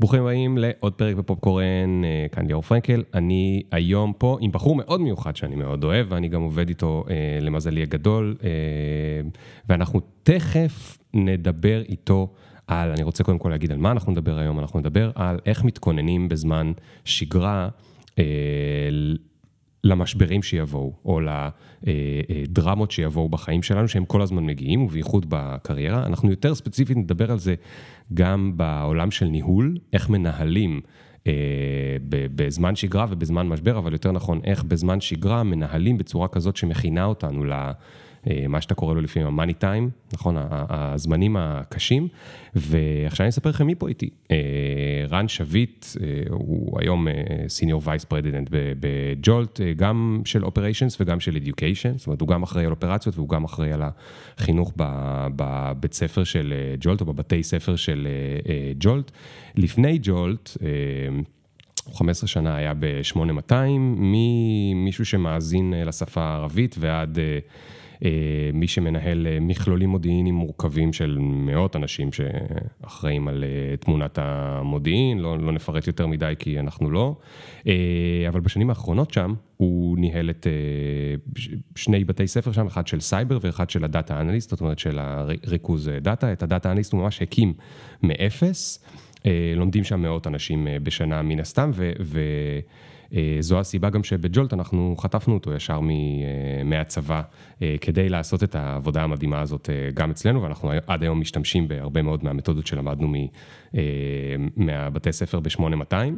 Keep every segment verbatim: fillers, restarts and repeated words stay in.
ברוכים הבאים לעוד פרק בפופקורן, כאן ליאור פרנקל. אני היום פה עם בחור מאוד מיוחד שאני מאוד אוהב, ואני גם עובד איתו אה, למזלי הגדול, אה, ואנחנו תכף נדבר איתו על, אני רוצה קודם כל להגיד על מה אנחנו נדבר היום, אנחנו נדבר על איך מתכוננים בזמן שגרה, אה, למשברים שיבואו, או לדרמות שיבואו בחיים שלנו, שהם כל הזמן מגיעים, ובייחוד בקריירה. אנחנו יותר ספציפית נדבר על זה גם בעולם של ניהול, איך מנהלים בזמן שגרה ובזמן משבר, אבל יותר נכון, איך בזמן שגרה מנהלים בצורה כזאת שמכינה אותנו למה שאתה קורא לו לפעמים המאני טיים, נכון, הזמנים הקשים, ועכשיו אני אספר לכם מי פה איתי. רן שביט, הוא היום סיניור וייס פרזידנט בג'ולט, גם של אופריישנס וגם של אדיוקיישן, זאת אומרת, הוא גם אחראי על אופרציות, והוא גם אחראי על החינוך בבית ספר של ג'ולט, או בבתי ספר של ג'ולט. לפני ג'ולט, חמש עשרה שנה היה ב-שמונה מאתיים, ממישהו שמאזין לשפה הערבית ועד מי שמנהל מכלולים מודיעיניים מורכבים של מאות אנשים שאחראים על תמונת המודיעין, לא, לא נפרט יותר מדי כי אנחנו לא, אבל בשנים האחרונות שם הוא ניהל את שני בתי ספר שם, אחד של סייבר ואחד של הדאטה אנליסט, זאת אומרת של הריכוז דאטה, את הדאטה אנליסט הוא ממש הקים מאפס, לומדים שם מאות אנשים בשנה מן הסתם, ו... ו זו הסיבה גם שבג'ולט אנחנו חטפנו אותו ישר מהצבא כדי לעשות את העבודה המדהימה הזאת גם אצלנו, ואנחנו עד היום משתמשים בהרבה מאוד מהמתודות שלמדנו מהבתי ספר ב-שמונה מאתיים,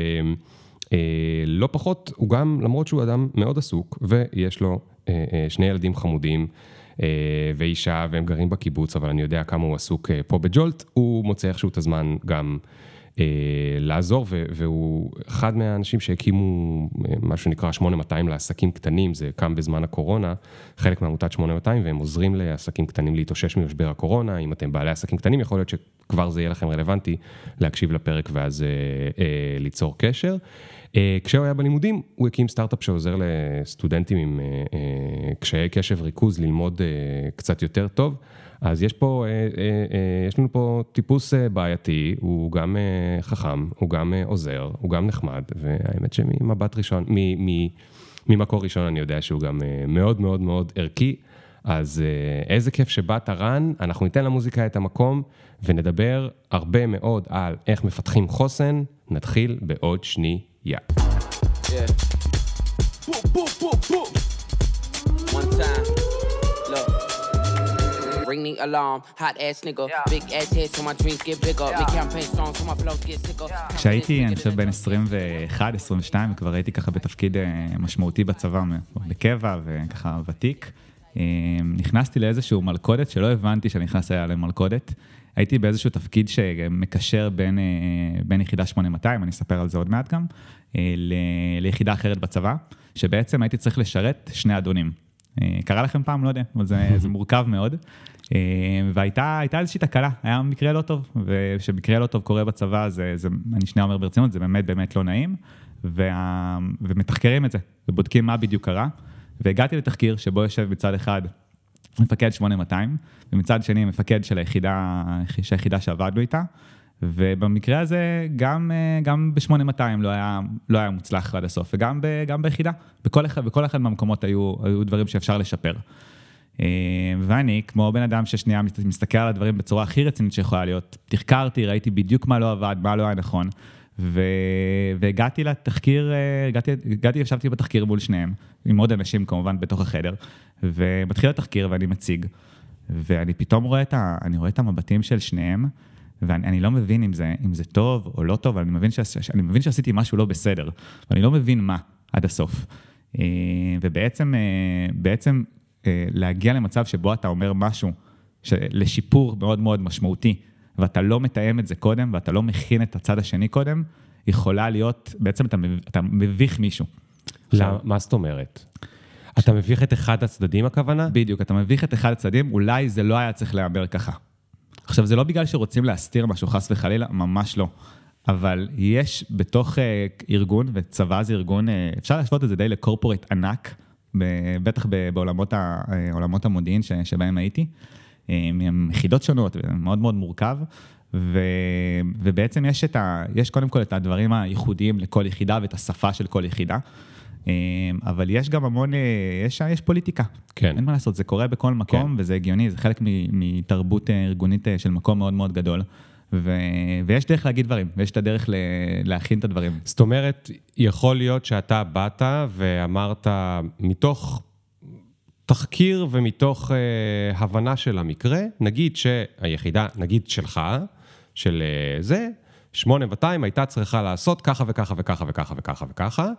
ולא פחות, הוא גם, למרות שהוא אדם מאוד עסוק, ויש לו שני ילדים חמודים ואישה, והם גרים בקיבוץ, אבל אני יודע כמה הוא עסוק פה בג'ולט, הוא מוצא איכשהו את הזמן גם לעזור, והוא אחד מהאנשים שהקימו מה שנקרא שמונה מאתיים לעסקים קטנים, זה קם בזמן הקורונה, חלק מעמותת שמונה מאתיים, והם עוזרים לעסקים קטנים להתאושש ממשבר הקורונה. אם אתם בעלי עסקים קטנים, יכול להיות שכבר זה יהיה לכם רלוונטי להקשיב לפרק ואז ליצור קשר. כשהוא היה בלימודים, הוא הקים סטארט-אפ שעוזר לסטודנטים עם קשיי קשב ריכוז ללמוד קצת יותר טוב. אז יש פה, יש לנו פה טיפוס בעייתי, הוא גם חכם, הוא גם עוזר, הוא גם נחמד, והאמת שממבט ראשון, ממקור ראשון אני יודע שהוא גם מאוד מאוד מאוד ערכי, אז איזה כיף שבאת רן, אנחנו ניתן למוזיקה את המקום, ונדבר הרבה מאוד על איך מפתחים חוסן, נתחיל בעוד שנייה. Yeah. Boom, boom, boom, boom. One time, look. Ring the alarm, hot ass nigga, big ass head so my dreams get bigger, make campaign songs so my flows get sicker. כשהייתי, אני חושב, בין עשרים ואחת עשרים ושתיים, כבר הייתי ככה בתפקיד משמעותי בצבא, בקבע וככה ותיק. נכנסתי לאיזשהו מלכודת שלא הבנתי שאני נכנס היה למלכודת. הייתי באיזשהו תפקיד שמקשר בין, בין יחידה שמונה מאתיים, אני אספר על זה עוד מעט גם, ל, ליחידה אחרת בצבא, שבעצם הייתי צריך לשרת שני אדונים. קרה לכם פעם, לא יודע, אבל זה, זה מורכב מאוד. והייתה, הייתה איזושהי תקלה, היה מקרה לא טוב, ושמקרה לא טוב קורה בצבא, זה, זה, אני שנייה אומר ברצינות, זה באמת באמת לא נעים, וה, ומתחקרים את זה, ובודקים מה בדיוק קרה, והגעתי לתחקיר שבו יושב מצד אחד מפקד שמונה מאתיים, ומצד שני מפקד של היחידה, של היחידה שעבדנו איתה, ובמקרה הזה גם, גם ב-שמונה מאתיים לא היה, לא היה מוצלח עד הסוף, וגם ב, גם ביחידה, בכל אחד, בכל אחד מהמקומות היו, היו דברים שאפשר לשפר. ואני, כמו בן אדם ששנייה מסתכל על הדברים בצורה הכי רצינית שיכולה להיות, תחקרתי, ראיתי בדיוק מה לא עבד, מה לא היה נכון, ו... והגעתי לתחקיר, הגעתי, הגעתי, ישבתי בתחקיר מול שניהם, עם עוד אנשים כמובן בתוך החדר, ומתחיל התחקיר ואני מציג, ואני פתאום רואה את, ה... אני רואה את המבטים של שניהם, ואני אני לא מבין אם זה, אם זה טוב או לא טוב, אבל אני מבין, ש... אני מבין שעשיתי משהו לא בסדר, ואני לא מבין מה עד הסוף. ובעצם, בעצם להגיע למצב שבו אתה אומר משהו לשיפור מאוד מאוד משמעותי, ואתה לא מתאם את זה קודם, ואתה לא מכין את הצד השני קודם, יכולה להיות, בעצם אתה, אתה מביך מישהו. למה, מה זאת אומרת? אתה מביך את אחד הצדדים הכוונה? בדיוק, אתה מביך את אחד הצדדים, אולי זה לא היה צריך להיאמר ככה. עכשיו, זה לא בגלל שרוצים להסתיר משהו חס וחלילה, ממש לא. אבל יש בתוך ארגון, וצבא זה ארגון, אפשר להשוות את זה די לקורפורט ענק, בטח בעולמות, בעולמות המודיעין שבהם הייתי, עם יחידות שונות, מאוד מאוד מורכב, ו, ובעצם יש, את ה, יש קודם כל את הדברים הייחודיים לכל יחידה ואת השפה של כל יחידה, אבל יש גם המון, יש, יש פוליטיקה. כן. אין מה לעשות, זה קורה בכל מקום, כן. וזה הגיוני, זה חלק מתרבות ארגונית של מקום מאוד מאוד גדול, ו, ויש דרך להגיד דברים, ויש את הדרך להכין את הדברים. זאת אומרת, יכול להיות שאתה באת ואמרת מתוך תחקיר ומתוך אה, הבנה של המקרה, נגיד שהיחידה, נגיד שלך, של אה, זה, שמונה מאתיים הייתה צריכה לעשות ככה וככה וככה וככה וככה וככה,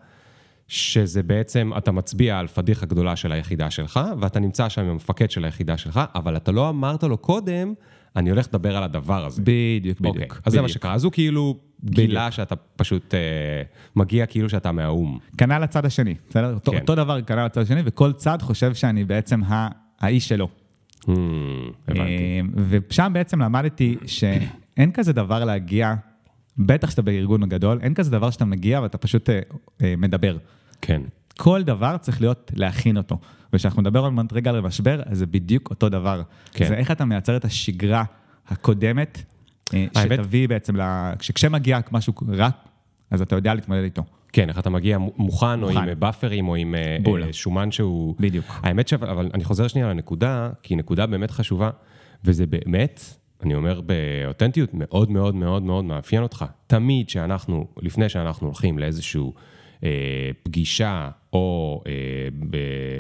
שזה בעצם, אתה מצביע על פדיחה גדולה של היחידה שלך, ואתה נמצא שם עם המפקד של היחידה שלך, אבל אתה לא אמרת לו קודם, אני הולך לדבר על הדבר הזה. בדיוק, בדיוק. אוקיי, אז בדיוק. זה מה שקרה. אז הוא כאילו גילה שאתה פשוט אה, מגיע כאילו שאתה מהאום. כנ"ל לצד השני, בסדר? אותו, כן. אותו דבר כנ"ל לצד השני, וכל צד חושב שאני בעצם האיש שלו. Hmm, הבנתי. ושם בעצם למדתי שאין כזה דבר להגיע, בטח שאתה בארגון גדול, אין כזה דבר שאתה מגיע ואתה פשוט אה, אה, מדבר. כן. כל דבר צריך להיות להכין אותו. ושאנחנו נדבר על מנטרגל למשבר, אז זה בדיוק אותו דבר. כן. זה איך אתה מייצר את השגרה הקודמת, שתביא בעצם, כשמגיע משהו רע, אז אתה יודע להתמודד איתו. כן, איך אתה מגיע מוכן, או עם באפרים, או עם שומן שהוא... בדיוק. האמת ש... אבל אני חוזר שנייה לנקודה, כי נקודה באמת חשובה, וזה באמת, אני אומר באותנטיות, מאוד מאוד מאוד מאוד מאפיין אותך. תמיד שאנחנו, לפני שאנחנו הולכים לאיזשהו אה, פגישה, או אה, ב...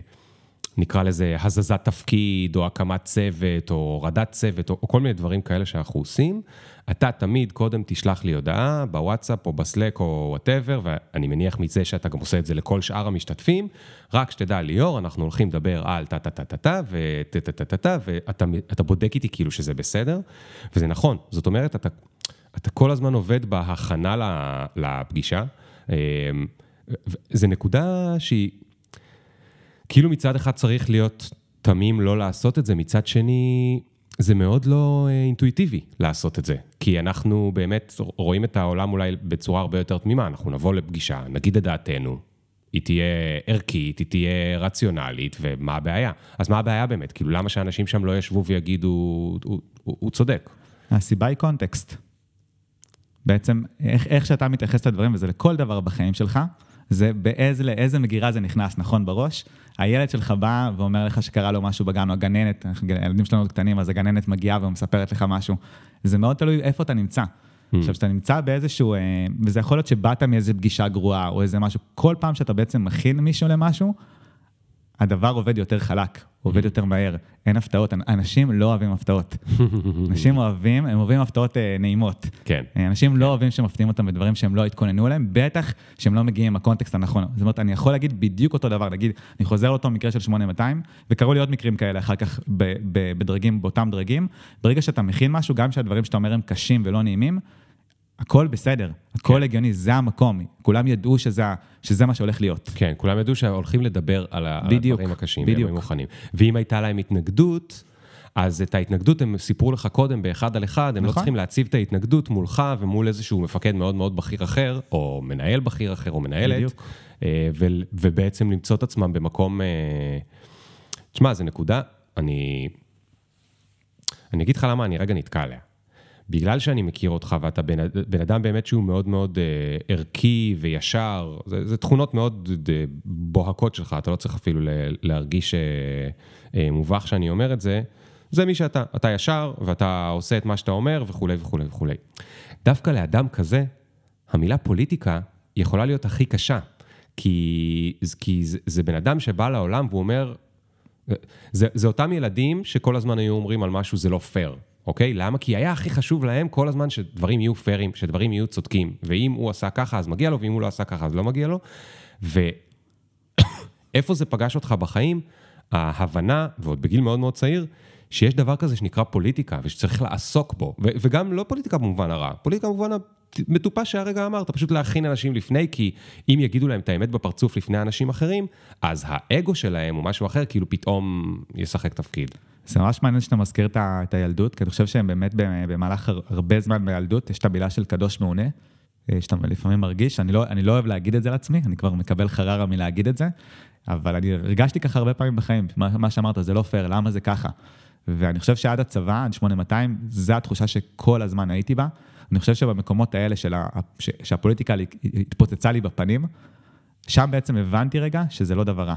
נקרא לזה הזזת תפקיד, או הקמת צוות, או הורדת צוות, או, או כל מיני דברים כאלה שאנחנו עושים, אתה תמיד קודם תשלח לי הודעה בוואטסאפ, או בסלק, או whatever, ואני מניח מזה שאתה גם עושה את זה לכל שאר המשתתפים, רק שתדע, ליאור, אנחנו הולכים לדבר על טה-טה-טה-טה, וטה-טה-טה-טה, ואתה בודק איתי כאילו שזה בסדר, וזה נכון, זאת אומרת, אתה, אתה כל הזמן עובד בהכנה לפגישה, זה נקודה שהיא, כאילו מצד אחד צריך להיות תמים לא לעשות את זה, מצד שני זה מאוד לא אינטואיטיבי לעשות את זה, כי אנחנו באמת רואים את העולם אולי בצורה הרבה יותר תמימה, אנחנו נבוא לפגישה, נגיד את דעתנו, היא תהיה ערכית, היא תהיה רציונלית, ומה הבעיה? אז מה הבעיה באמת? כאילו למה שאנשים שם לא ישבו ויגידו, הוא, הוא, הוא, הוא צודק? הסיבה היא קונטקסט. בעצם איך, איך שאתה מתייחס לדברים, וזה לכל דבר בחיים שלך, זה באיזה, לאיזה מגירה זה נכנס, נכון בראש? הילד שלך בא ואומר לך שקרה לו משהו בגן, או הגננת, הילדים שלנו עוד קטנים, אז הגננת מגיעה ומספרת לך משהו. זה מאוד תלוי איפה אתה נמצא. עכשיו, שאתה נמצא באיזשהו, וזה יכול להיות שבאת מאיזו פגישה גרועה, או איזה משהו, כל פעם שאתה בעצם מכין מישהו למשהו, הדבר עובד יותר חלק, עובד יותר מהר. אין הפתעות, אנשים לא אוהבים הפתעות. אנשים אוהבים, הם אוהבים הפתעות נעימות. כן. אנשים לא אוהבים שמפתיעים אותם בדברים שהם לא התכוננו עליהם, בטח שהם לא מגיעים עם הקונטקסט הנכון. זאת אומרת, אני יכול להגיד בדיוק אותו דבר, נגיד, אני חוזר לאותו מקרה של שמונה מאתיים, וקראו לי עוד מקרים כאלה אחר כך בדרגים, באותם דרגים. ברגע שאתה מכין משהו, גם שהדברים שאתה אומר הם קשים ולא נעימים, הכל בסדר, הכל הגיוני, זה המקום, כולם ידעו שזה, שזה מה שהולך להיות. כן, כולם ידעו שהולכים לדבר על הדברים הקשים, והם היו מוכנים. ואם הייתה להם התנגדות, אז את ההתנגדות הם סיפרו לך קודם באחד על אחד, הם לא צריכים להציב את ההתנגדות מולך ומול איזשהו מפקד מאוד מאוד בכיר אחר, או מנהל בכיר אחר, או מנהלת, ובעצם למצוא את עצמם במקום... תשמע, זה נקודה, אני... אני אגיד לך למה אני רגע נתקע עליה. בגלל שאני מכיר אותך, ואתה בן, בן אדם באמת שהוא מאוד מאוד אה, ערכי וישר, זה, זה תכונות מאוד אה, בוהקות שלך, אתה לא צריך אפילו להרגיש אה, אה, מובך שאני אומר את זה, זה מי שאתה, אתה ישר, ואתה עושה את מה שאתה אומר, וכו' וכו' וכו'. דווקא לאדם כזה, המילה פוליטיקה יכולה להיות הכי קשה, כי, כי זה, זה בן אדם שבא לעולם והוא אומר, זה, זה אותם ילדים שכל הזמן היו אומרים על משהו זה לא פייר, אוקיי? למה? כי היה הכי חשוב להם כל הזמן שדברים יהיו פיירים, שדברים יהיו צודקים, ואם הוא עשה ככה אז מגיע לו, ואם הוא לא עשה ככה אז לא מגיע לו, ואיפה זה פגש אותך בחיים? ההבנה, ועוד בגיל מאוד מאוד צעיר, שיש דבר כזה שנקרא פוליטיקה, ושצריך לעסוק בו, ו- וגם לא פוליטיקה במובן הרע, פוליטיקה במובן המטופש שהרגע אמרת, פשוט להכין אנשים לפני, כי אם יגידו להם את האמת בפרצוף לפני אנשים אחרים, אז האגו שלהם או משהו אחר, כאילו פתאום ישחק תפקיד. זה ממש מעניין שאתה מזכיר את הילדות, כי אני חושב שהם באמת במהלך הרבה זמן בילדות, יש את המילה של קדוש מעונה, שאתה לפעמים מרגיש, אני לא, אני לא אוהב להגיד את זה לעצמי, אני כבר מקבל חררה מלהגיד את זה, אבל אני הרגשתי ככה הרבה פעמים בחיים, מה, מה שאמרת, זה לא פייר, למה זה ככה? ואני חושב שעד הצבא, עד שמונה מאתיים, זו התחושה שכל הזמן הייתי בה. אני חושב שבמקומות האלה של ה... ש... שהפוליטיקה התפוצצה לי בפנים, שם בעצם הבנתי רגע שזה לא דבר רע.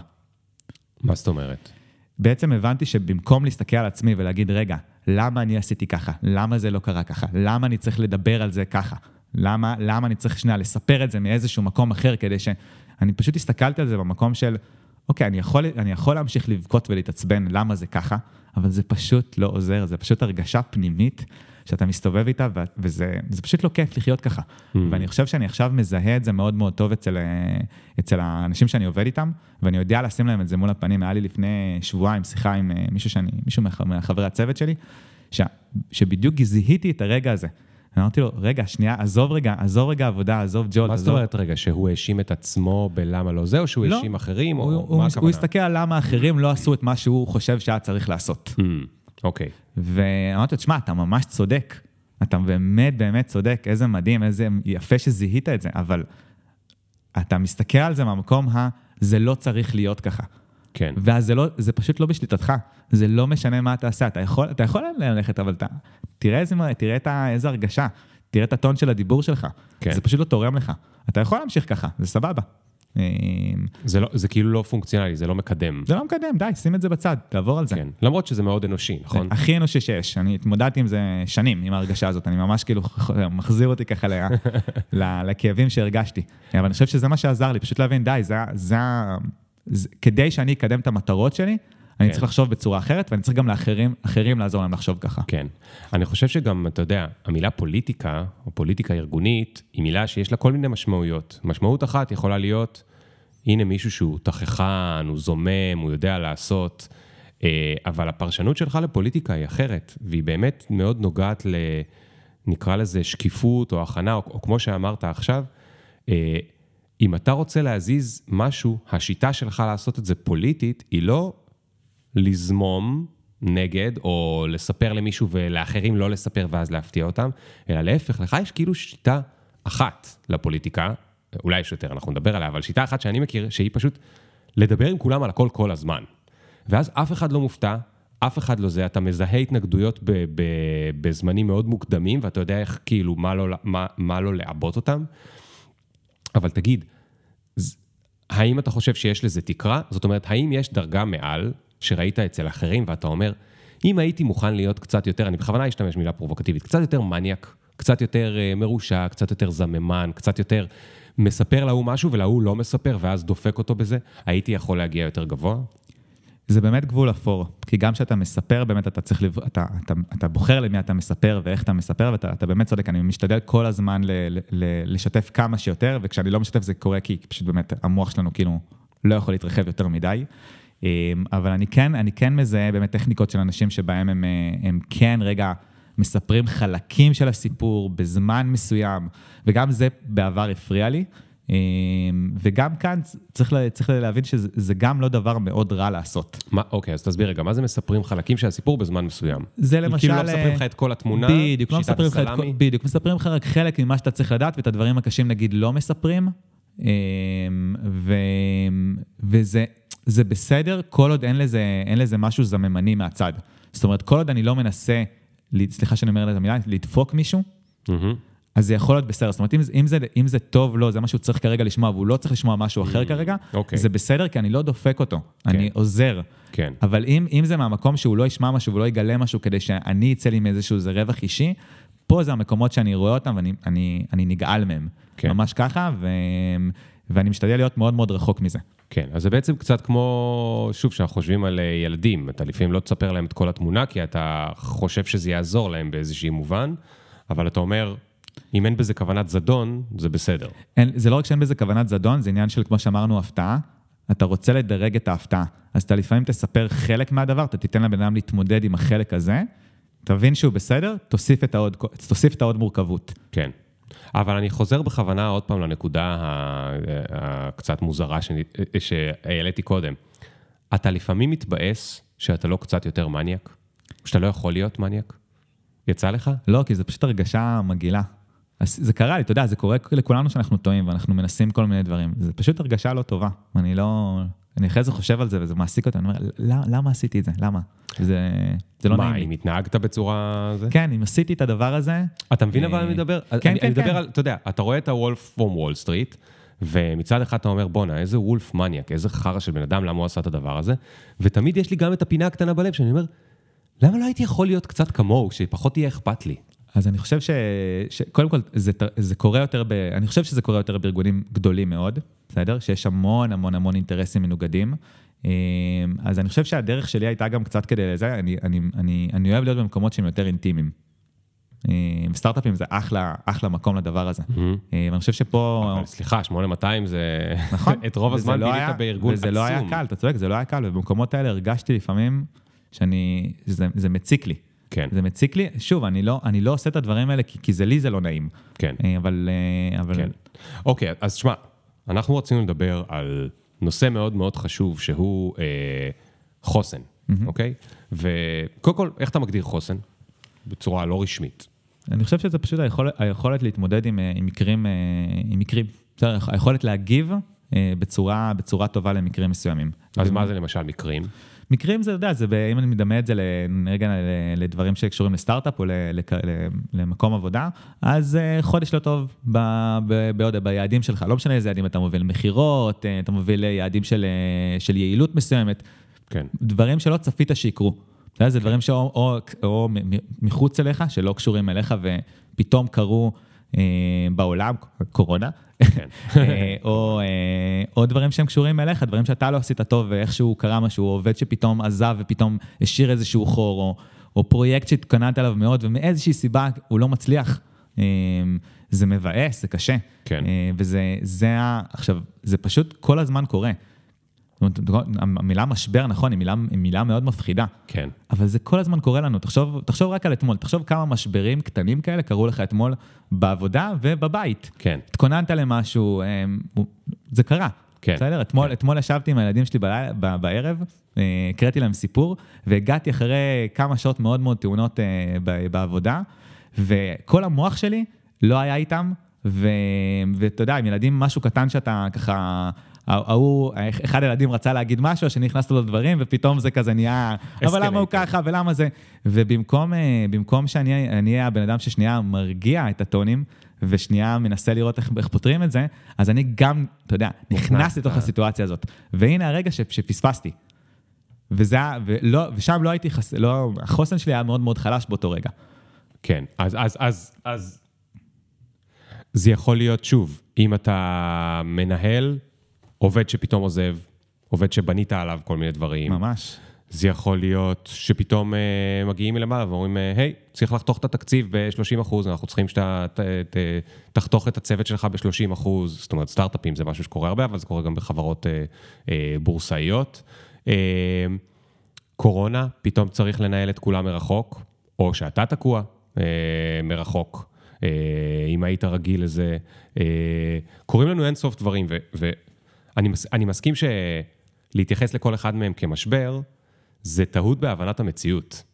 מה זאת אומרת? בעצם הבנתי שבמקום להסתכל על עצמי ולהגיד, רגע, למה אני עשיתי ככה? למה זה לא קרה ככה? למה אני צריך לדבר על זה ככה? למה, למה אני צריך שנייה לספר את זה מאיזשהו מקום אחר, כדי ש... אני פשוט הסתכלתי על זה במקום של, אוקיי, אני יכול, אני יכול להמשיך לבכות ולהתעצבן למה זה ככה, אבל זה פשוט לא עוזר, זה פשוט הרגשה פנימית שאתה מסתובב איתה, וזה זה פשוט לא כיף לחיות ככה. Mm. ואני חושב שאני עכשיו מזהה את זה מאוד מאוד טוב אצל, אצל האנשים שאני עובד איתם, ואני יודע לשים להם את זה מול הפנים. היה לי לפני שבועיים שיחה עם מישהו, שאני, מישהו מחברי הצוות שלי, ש, שבדיוק זיהיתי את הרגע הזה. אמרתי לו, רגע, שנייה, עזוב רגע, עזוב רגע עבודה, עזוב ג'ול. מה זאת אומרת רגע, שהוא האשים את עצמו בלמה לא זה, או שהוא האשים אחרים, או מה הכוונה? הוא הסתכל על למה אחרים לא עשו את מה שהוא חושב שהיה צריך לעשות. אוקיי. ואמרתי לו, תשמע, אתה ממש צודק, אתה באמת באמת צודק, איזה מדהים, איזה יפה שזיהית את זה, אבל אתה מסתכל על זה מהמקום ה, זה לא צריך להיות ככה. כן. ואז זה, לא, זה פשוט לא בשליטתך, זה לא משנה מה אתה עושה, אתה יכול, אתה יכול ללכת, אבל אתה, תראה איזה, תראה את איזה הרגשה, תראה את הטון של הדיבור שלך, כן. זה פשוט לא תורם לך, אתה יכול להמשיך ככה, זה סבבה. זה, לא, זה כאילו לא פונקציונלי, זה לא מקדם. זה לא מקדם, די, שים את זה בצד, תעבור על זה. כן, למרות שזה מאוד אנושי, נכון? הכי אנושי שיש, אני התמודדתי עם זה שנים, עם ההרגשה הזאת, אני ממש כאילו מחזיר אותי ככה לכאבים שהרגשתי, אבל אני חושב שזה מה שעזר לי, פשוט להבין, די, זה, זה, זה, כדי שאני אקדם את המטרות שלי, אני צריך לחשוב בצורה אחרת, ואני צריך גם לאחרים, אחרים לעזור להם לחשוב ככה. כן. אני חושב שגם, אתה יודע, המילה פוליטיקה, או פוליטיקה ארגונית, היא מילה שיש לה כל מיני משמעויות. משמעות אחת יכולה להיות, הנה מישהו שהוא תכחן, הוא זומם, הוא יודע לעשות, אבל הפרשנות שלך לפוליטיקה היא אחרת, והיא באמת מאוד נוגעת ל, נקרא לזה שקיפות או הכנה, או, או כמו שאמרת עכשיו, אם אתה רוצה להזיז משהו, השיטה שלך לעשות את זה פוליטית, היא לא לזמום נגד, או לספר למישהו ולאחרים לא לספר ואז להפתיע אותם, אלא להפך, לך יש כאילו שיטה אחת לפוליטיקה, אולי יש יותר, אנחנו נדבר עליה, אבל שיטה אחת שאני מכיר, שהיא פשוט לדבר עם כולם על הכל כל הזמן. ואז אף אחד לא מופתע, אף אחד לא זה, אתה מזהה התנגדויות ב- ב- בזמנים מאוד מוקדמים, ואתה יודע איך כאילו, מה לא, מה, מה לא לעבות אותם. אבל תגיד, האם אתה חושב שיש לזה תקרה? זאת אומרת, האם יש דרגה מעל שראית אצל אחרים, ואתה אומר, אם הייתי מוכן להיות קצת יותר, אני בכוונה אשתמש מילה פרובוקטיבית, קצת יותר מניאק, קצת יותר מרושע, קצת יותר זממן, קצת יותר מספר להוא משהו, ולהוא לא מספר, ואז דופק אותו בזה, הייתי יכול להגיע יותר גבוה? זה באמת גבול אפור, כי גם שאתה מספר, באמת אתה צריך, לב... אתה, אתה, אתה בוחר למי אתה מספר ואיך אתה מספר, ואתה אתה באמת צודק, אני משתדל כל הזמן ל, ל, לשתף כמה שיותר, וכשאני לא משתף זה קורה, כי פשוט באמת המוח שלנו כאילו לא יכול להתרחב יותר מדי, אבל אני כן, אני כן מזהה באמת טכניקות של אנשים שבהם הם, הם כן רגע מספרים חלקים של הסיפור בזמן מסוים, וגם זה בעבר הפריע לי, וגם כאן צריך, צריך להבין שזה גם לא דבר מאוד רע לעשות. מה, אוקיי, אז תסביר רגע, מה זה מספרים חלקים של הסיפור בזמן מסוים? זה למשל... כאילו לא מספרים לך את כל התמונה, בדיוק, שיטת לא הסלאמי? בדיוק, מספרים לך רק חלק ממה שאתה צריך לדעת, ואת הדברים הקשים נגיד לא מספרים, ו, וזה זה בסדר, כל עוד אין לזה, אין לזה משהו זממני מהצד. זאת אומרת, כל עוד אני לא מנסה, סליחה שאני אומר את המילה, לדפוק מישהו, אז זה יכול להיות בסדר. זאת אומרת, אם, אם, זה, אם זה טוב לו, זה מה שהוא צריך כרגע לשמוע, והוא לא צריך לשמוע משהו אחר כרגע, okay. זה בסדר, כי אני לא דופק אותו, okay. אני עוזר. כן. אבל אם, אם זה מהמקום שהוא לא ישמע משהו, ולא יגלה משהו, כדי שאני יצא לי מאיזשהו זה רווח אישי, פה זה המקומות שאני רואה אותם, ואני אני, אני נגעל מהם. כן. ממש ככה, ו, ואני משתדל להיות מאוד מאוד רחוק מזה. כן, אז זה בעצם קצת כמו, שוב, שאנחנו חושבים על ילדים, אתה לפעמים לא תספר להם את כל התמונה, כי אתה חושב שזה יעזור להם באיזשהו מובן, אבל אתה אומר, אם אין בזה כוונת זדון, זה בסדר. אין, זה לא רק שאין בזה כוונת זדון, זה עניין של, כמו שאמרנו, הפתעה. אתה רוצה לדרג את ההפתעה, אז אתה לפעמים תספר חלק מהדבר, אתה תיתן לבן אדם להתמודד עם החלק הזה, תבין שהוא בסדר, תוסיף את העוד, תוסיף את העוד מורכבות. כן. אבל אני חוזר בכוונה עוד פעם לנקודה הקצת מוזרה שהעליתי קודם. אתה לפעמים מתבאס שאתה לא קצת יותר מניאק? שאתה לא יכול להיות מניאק? יצא לך? לא, כי זה פשוט הרגשה מגעילה. זה קרה לי, אתה יודע, זה קורה לכולנו שאנחנו טועים, ואנחנו מנסים כל מיני דברים. זה פשוט הרגשה לא טובה. אני לא, אני אחרי זה חושב על זה, וזה מעסיק אותי, אני אומר, למה עשיתי את זה? למה? זה לא נעים לי. מה, אם התנהגת בצורה... כן, אם עשיתי את הדבר הזה... אתה מבין אבל אני מדבר? כן, כן, כן. אני מדבר על, אתה יודע, אתה רואה את הוולף פרום וול סטריט, ומצד אחד אתה אומר, בונה, איזה וולף מניאק, איזה חרא של בן אדם, למה הוא עשה את הדבר הזה? ותמיד יש לי גם את הפינה הקטנה בלב, שאני אומר, למה לא הייתי יכול להיות קצת כמוהו, שפחות יהיה אכפת לי? אז אני חושב ש... שקודם כל, זה, זה קורה יותר ב... אני חושב שזה קורה יותר בארגונים גדולים מאוד, בסדר? שיש המון המון המון אינטרסים מנוגדים. אז אני חושב שהדרך שלי הייתה גם קצת כדי לזה, אני, אני, אני, אני אוהב להיות במקומות שהם יותר אינטימיים. סטארט-אפים זה אחלה, אחלה מקום לדבר הזה. ואני חושב שפה... אבל סליחה, שמונה מאתיים זה... נכון. את רוב הזמן בינית בארגון עצום. וזה לא היה קל, אתה צודק, זה לא היה קל, ובמקומות האלה הרגשתי לפעמים שאני... זה, זה מציק לי. כן. זה מציק לי. שוב, אני לא, אני לא עושה את הדברים האלה, כי, כי זה לי זה לא נעים. כן. אבל... אבל... כן. אוקיי, אז תשמע, אנחנו רצינו לדבר על נושא מאוד מאוד חשוב, שהוא אה, חוסן, אוקיי? וקודם כל, איך אתה מגדיר חוסן? בצורה לא רשמית. אני חושב שזה פשוט היכולת, היכולת להתמודד עם, עם מקרים, עם מקרים. היכולת להגיב בצורה, בצורה טובה למקרים מסוימים. אז מה זה למשל מקרים? מקרים זה, אתה יודע, זה, אם אני מדמה את זה רגע לדברים שקשורים לסטארט-אפ או למקום עבודה, אז חודש לא טוב בעוד, ביעדים שלך. לא משנה איזה יעדים אתה מוביל, מחירות, אתה מוביל יעדים של, של יעילות מסוימת. כן. דברים שלא צפית שיקרו. זה דברים שאו או, או מחוץ אליך, שלא קשורים אליך, ופתאום קרו אה, בעולם, קורונה, כן. אה, או, אה, או דברים שהם קשורים אליך, דברים שאתה לא עשית טוב, ואיכשהו קרה משהו, או עובד שפתאום עזב, ופתאום השאיר איזשהו חור, או, או פרויקט שהתכוננת עליו מאוד, ומאיזושהי סיבה הוא לא מצליח. אה, זה מבאס, זה קשה. כן. אה, וזה, זה, עכשיו, זה פשוט כל הזמן קורה. המילה משבר, נכון, היא מילה, היא מילה מאוד מפחידה. כן. אבל זה כל הזמן קורה לנו. תחשוב, תחשוב רק על אתמול, תחשוב כמה משברים קטנים כאלה קראו לך אתמול בעבודה ובבית. כן. התכוננת למשהו, זה קרה. כן. בסדר? אתמול, כן. אתמול ישבתי עם הילדים שלי בערב, קראתי להם סיפור, והגעתי אחרי כמה שעות מאוד מאוד תאונות בעבודה, וכל המוח שלי לא היה איתם, ואתה יודע, עם ילדים משהו קטן שאתה ככה... הוא, אחד הילדים רצה להגיד משהו, שנכנסת לו דברים, ופתאום זה כזה נהיה, אבל למה הוא ככה, ולמה זה? ובמקום, במקום שאני אהיה הבן אדם ששנייה מרגיע את הטונים, ושנייה מנסה לראות איך, איך פותרים את זה, אז אני גם, אתה יודע, נכנס לתוך הסיטואציה הזאת. והנה הרגע שפספסתי. וזה, ולא, ושם לא הייתי, חס, לא, החוסן שלי היה מאוד מאוד חלש באותו רגע. כן, אז, אז, אז, אז, זה יכול להיות שוב, אם אתה מנהל, עובד שפתאום עוזב, עובד שבנית עליו כל מיני דברים. ממש. זה יכול להיות שפתאום uh, מגיעים מלמעלה ואומרים, היי, hey, צריך לחתוך את התקציב ב-שלושים אחוז, אנחנו צריכים שאתה ת, ת, תחתוך את הצוות שלך ב-שלושים אחוז, זאת אומרת, סטארט-אפים זה משהו שקורה הרבה, אבל זה קורה גם בחברות uh, uh, בורסאיות. Uh, קורונה, פתאום צריך לנהל את כולם מרחוק, או שאתה תקוע uh, מרחוק, uh, אם היית רגיל לזה. Uh, קוראים לנו אין סוף דברים, ו... ו אני, מס, אני מסכים שלהתייחס לכל אחד מהם כמשבר, זה טעות בהבנת המציאות.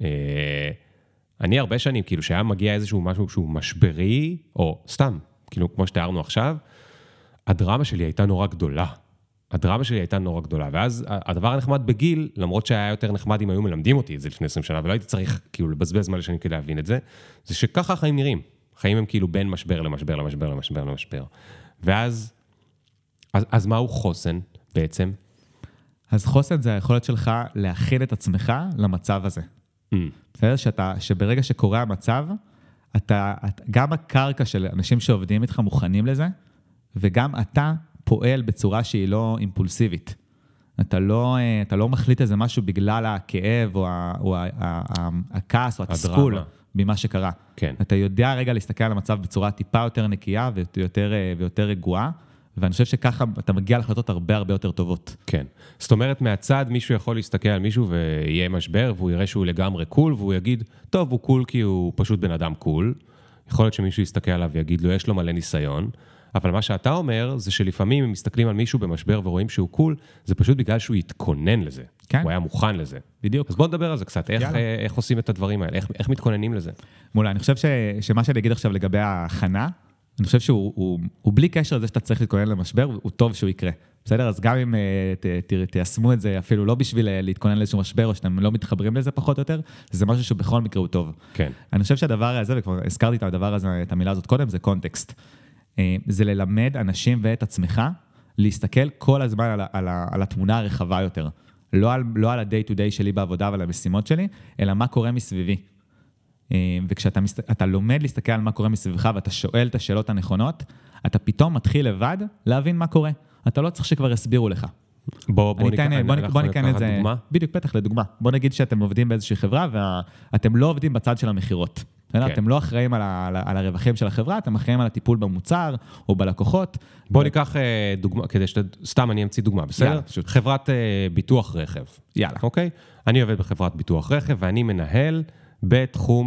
אני הרבה שנים, כאילו שהיה מגיע איזשהו משהו שהוא משברי, או סתם, כאילו כמו שתיארנו עכשיו, הדרמה שלי הייתה נורא גדולה. הדרמה שלי הייתה נורא גדולה, ואז הדבר הנחמד בגיל, למרות שהיה יותר נחמד אם היו מלמדים אותי את זה לפני עשרים שנה, ולא הייתי צריך כאילו לבזבז מלא שנים כדי להבין את זה, זה שככה החיים נראים. החיים הם כאילו בין משבר למשבר, למשבר, למשבר, למשבר. ואז אז, אז מהו חוסן בעצם? אז חוסן זה היכולת שלך להכיל את עצמך למצב הזה. Mm. בסדר? שאתה, שברגע שקורה המצב, אתה, גם הקרקע של אנשים שעובדים איתך מוכנים לזה, וגם אתה פועל בצורה שהיא לא אימפולסיבית. אתה לא, אתה לא מחליט איזה משהו בגלל הכאב או, ה, או ה, ה, הכעס או התסכול במה שקרה. כן. אתה יודע רגע להסתכל על המצב בצורה טיפה יותר נקייה ויותר, ויותר רגועה, ואני חושב שככה אתה מגיע להחלטות הרבה הרבה יותר טובות. כן. זאת אומרת, מהצד מישהו יכול להסתכל על מישהו ויהיה משבר, והוא יראה שהוא לגמרי קול, והוא יגיד, טוב, הוא קול כי הוא פשוט בן אדם קול. יכול להיות שמישהו יסתכל עליו ויגיד לו, יש לו מלא ניסיון. אבל מה שאתה אומר, זה שלפעמים הם מסתכלים על מישהו במשבר ורואים שהוא קול, זה פשוט בגלל שהוא התכונן לזה. כן. הוא היה מוכן לזה. בדיוק. אז בוא נדבר על זה קצת. איך, איך עושים את הדברים האלה? איך, איך מתכוננים לזה? מולה, אני חושב ש, שמה שאני אגיד עכשיו לגבי ההכנה, אני חושב שהוא הוא, הוא בלי קשר לזה שאתה צריך להתכונן למשבר, הוא טוב שהוא יקרה. בסדר? אז גם אם ת, ת, תיישמו את זה, אפילו לא בשביל להתכונן לאיזשהו משבר, או שאתם לא מתחברים לזה פחות או יותר, זה משהו שבכל מקרה הוא טוב. כן. אני חושב שהדבר הזה, וכבר הזכרתי את הדבר הזה, את המילה הזאת קודם, זה קונטקסט. זה ללמד אנשים ואת עצמך, להסתכל כל הזמן על, על, על התמונה הרחבה יותר. לא על, לא על ה-day to day שלי בעבודה ועל המשימות שלי, אלא מה קורה מסביבי. וכשאתה אתה לומד להסתכל על מה קורה מסביבך, ואתה שואל את השאלות הנכונות, אתה פתאום מתחיל לבד להבין מה קורה. אתה לא צריך שכבר יסבירו לך. בוא, בוא ניקח, בוא, בוא ניקח את זה, דוגמה. בדיוק פתח לדוגמה. בוא נגיד שאתם עובדים באיזושהי חברה, ואתם לא עובדים בצד של המחירות. כן. אתם לא אחראים על, על, על הרווחים של החברה, אתם אחראים על הטיפול במוצר או בלקוחות. בוא ו... ניקח דוגמה, כדי שסתם אני אמציא דוגמה, בסדר? יאללה, חברת ביטוח רכב. יאללה. אוקיי? אני עובד בחברת ביטוח רכב, ואני מנהל בתחום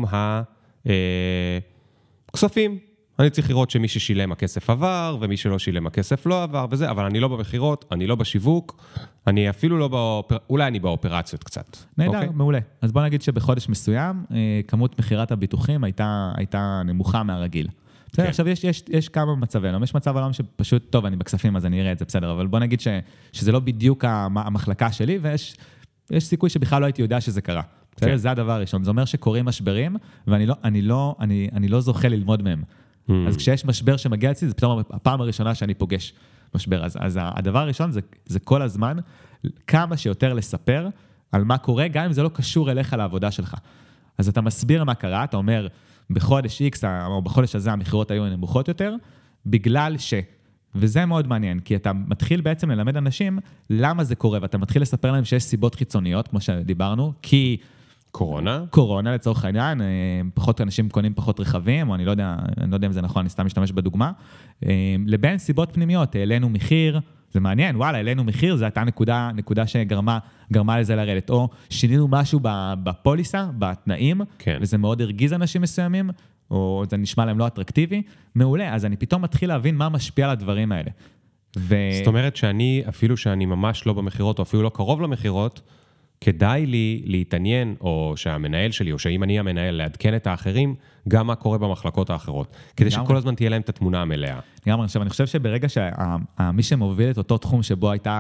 הכספים. אני צריך לראות שמי ששילם הכסף עבר, ומי שלא שילם הכסף לא עבר, וזה, אבל אני לא במחירות, אני לא בשיווק, אני אפילו לא באופר... אולי אני באופרציות קצת. נהדר, אוקיי? מעולה. אז בוא נגיד שבחודש מסוים, כמות מחירת הביטוחים הייתה, הייתה נמוכה מהרגיל. בסדר, כן. עכשיו יש, יש, יש כמה מצבי, יש מצב עולם שפשוט, טוב, אני בכספים, אז אני אראה את זה, בסדר, אבל בוא נגיד ש, שזה לא בדיוק המחלקה שלי, ויש יש סיכוי שבכלל לא הייתי יודע שזה קרה. בסדר, כן. זה הדבר הראשון. זה אומר שקורים משברים, ואני לא, אני לא, אני, אני לא זוכה ללמוד מהם. אז כשיש משבר שמגיע אצלי, זה פתאום הפעם הראשונה שאני פוגש משבר. אז, אז הדבר הראשון זה, זה כל הזמן כמה שיותר לספר על מה קורה, גם אם זה לא קשור אליך לעבודה שלך. אז אתה מסביר מה קרה, אתה אומר, בחודש X, או בחודש הזה המחירות היו נמוכות יותר, בגלל ש... וזה מאוד מעניין, כי אתה מתחיל בעצם ללמד אנשים למה זה קורה, ואתה מתחיל לספר להם שיש סיבות חיצוניות, כמו שדיברנו, כי... קורונה? קורונה לצורך העניין, פחות אנשים קונים פחות רכבים, או אני לא יודע, אני לא יודע אם זה נכון, אני סתם משתמש בדוגמה, לבין סיבות פנימיות, העלינו מחיר, זה מעניין, וואלה, העלינו מחיר, זה הייתה נקודה, נקודה שגרמה, גרמה לזה לרדת, או שינינו משהו בפוליסה, בתנאים, כן. וזה מאוד הרגיז אנשים מסוימים, או זה נשמע להם לא אטרקטיבי, מעולה, אז אני פתאום מתחיל להבין מה משפיע על הדברים האלה. ו... זאת אומרת שאני, אפילו שאני ממש לא במחירות, או אפילו לא קרוב למחירות, כדאי לי להתעניין, או שהמנהל שלי, או שאם אני המנהל, לעדכן את האחרים, גם מה קורה במחלקות האחרות, כדי שכל הזמן תהיה להם את התמונה המלאה. לגמרי, עכשיו, אני חושב שברגע שמי שמוביל את אותו תחום שבו הייתה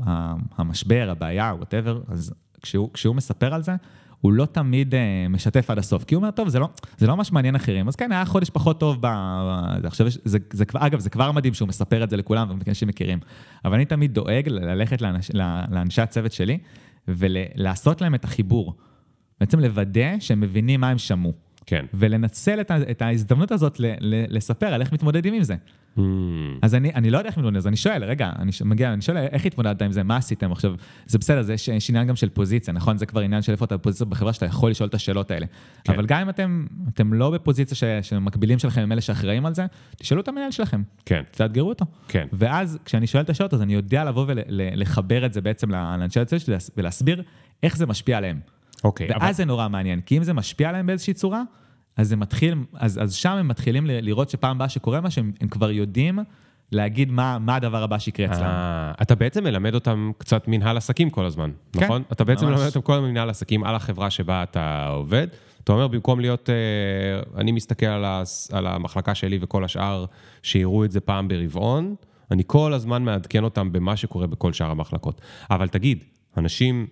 המשבר, הבעיה, whatever, אז כשהוא, כשהוא מספר על זה, הוא לא תמיד משתף עד הסוף, כי הוא אומר, טוב, זה לא, זה לא ממש מעניין אחרים, אז כן, היה חודש פחות טוב, ב... עכשיו, זה, זה, אגב, זה כבר מדהים שהוא מספר את זה לכולם, ואנשים מכירים, אבל אני תמיד דואג ללכת לאנש, לאנשי הצוות שלי, ולעשות להם את החיבור, בעצם לוודא שהם מבינים מה הם שמעו, כן. ולנצל את, ה, את ההזדמנות הזאת ל, ל, לספר על איך מתמודדים עם זה. Mm. אז אני, אני לא יודע איך מתמודדים, אז אני שואל, רגע, אני מגיע, אני שואל, איך התמודדת עם זה, מה עשיתם? עכשיו, זה בסדר, זה יש עניין גם של פוזיציה, נכון? זה כבר עניין של איפה אתה בפוזיציה בחברה, שאתה יכול לשאול את השאלות האלה. כן. אבל גם אם אתם, אתם לא בפוזיציה ש, שמקבילים שלכם, הם אלה שאחראים על זה, תשאלו את המנהל שלכם. כן. תאתגרו אותו. כן. ואז, כשאני שואל את השאלות, אז אני יודע לבוא ולחבר את זה בעצם לאנשי הצוות שלי, ולהסביר איך זה משפיע עליהם. אוקיי, ואז אבל... זה נורא מעניין, כי אם זה משפיע עליהם באיזושהי צורה, אז זה מתחיל, אז, אז שם הם מתחילים לראות שפעם הבאה שקורה מה, שהם הם כבר יודעים להגיד מה, מה הדבר הבא שיקרה אצלם. אתה בעצם מלמד אותם קצת מנהל עסקים כל הזמן, כן, נכון? אתה בעצם ממש. מלמד אותם כל מנהל עסקים על החברה שבה אתה עובד. אתה אומר, במקום להיות, אני מסתכל על, הס, על המחלקה שלי וכל השאר, שיראו את זה פעם ברבעון, אני כל הזמן מעדכן אותם במה שקורה בכל שאר המחלקות. אבל תגיד, אנשים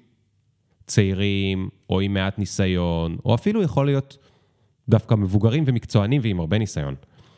צעירים, או עם מעט ניסיון, או אפילו יכול להיות דווקא מבוגרים ומקצוענים ועם הרבה ניסיון.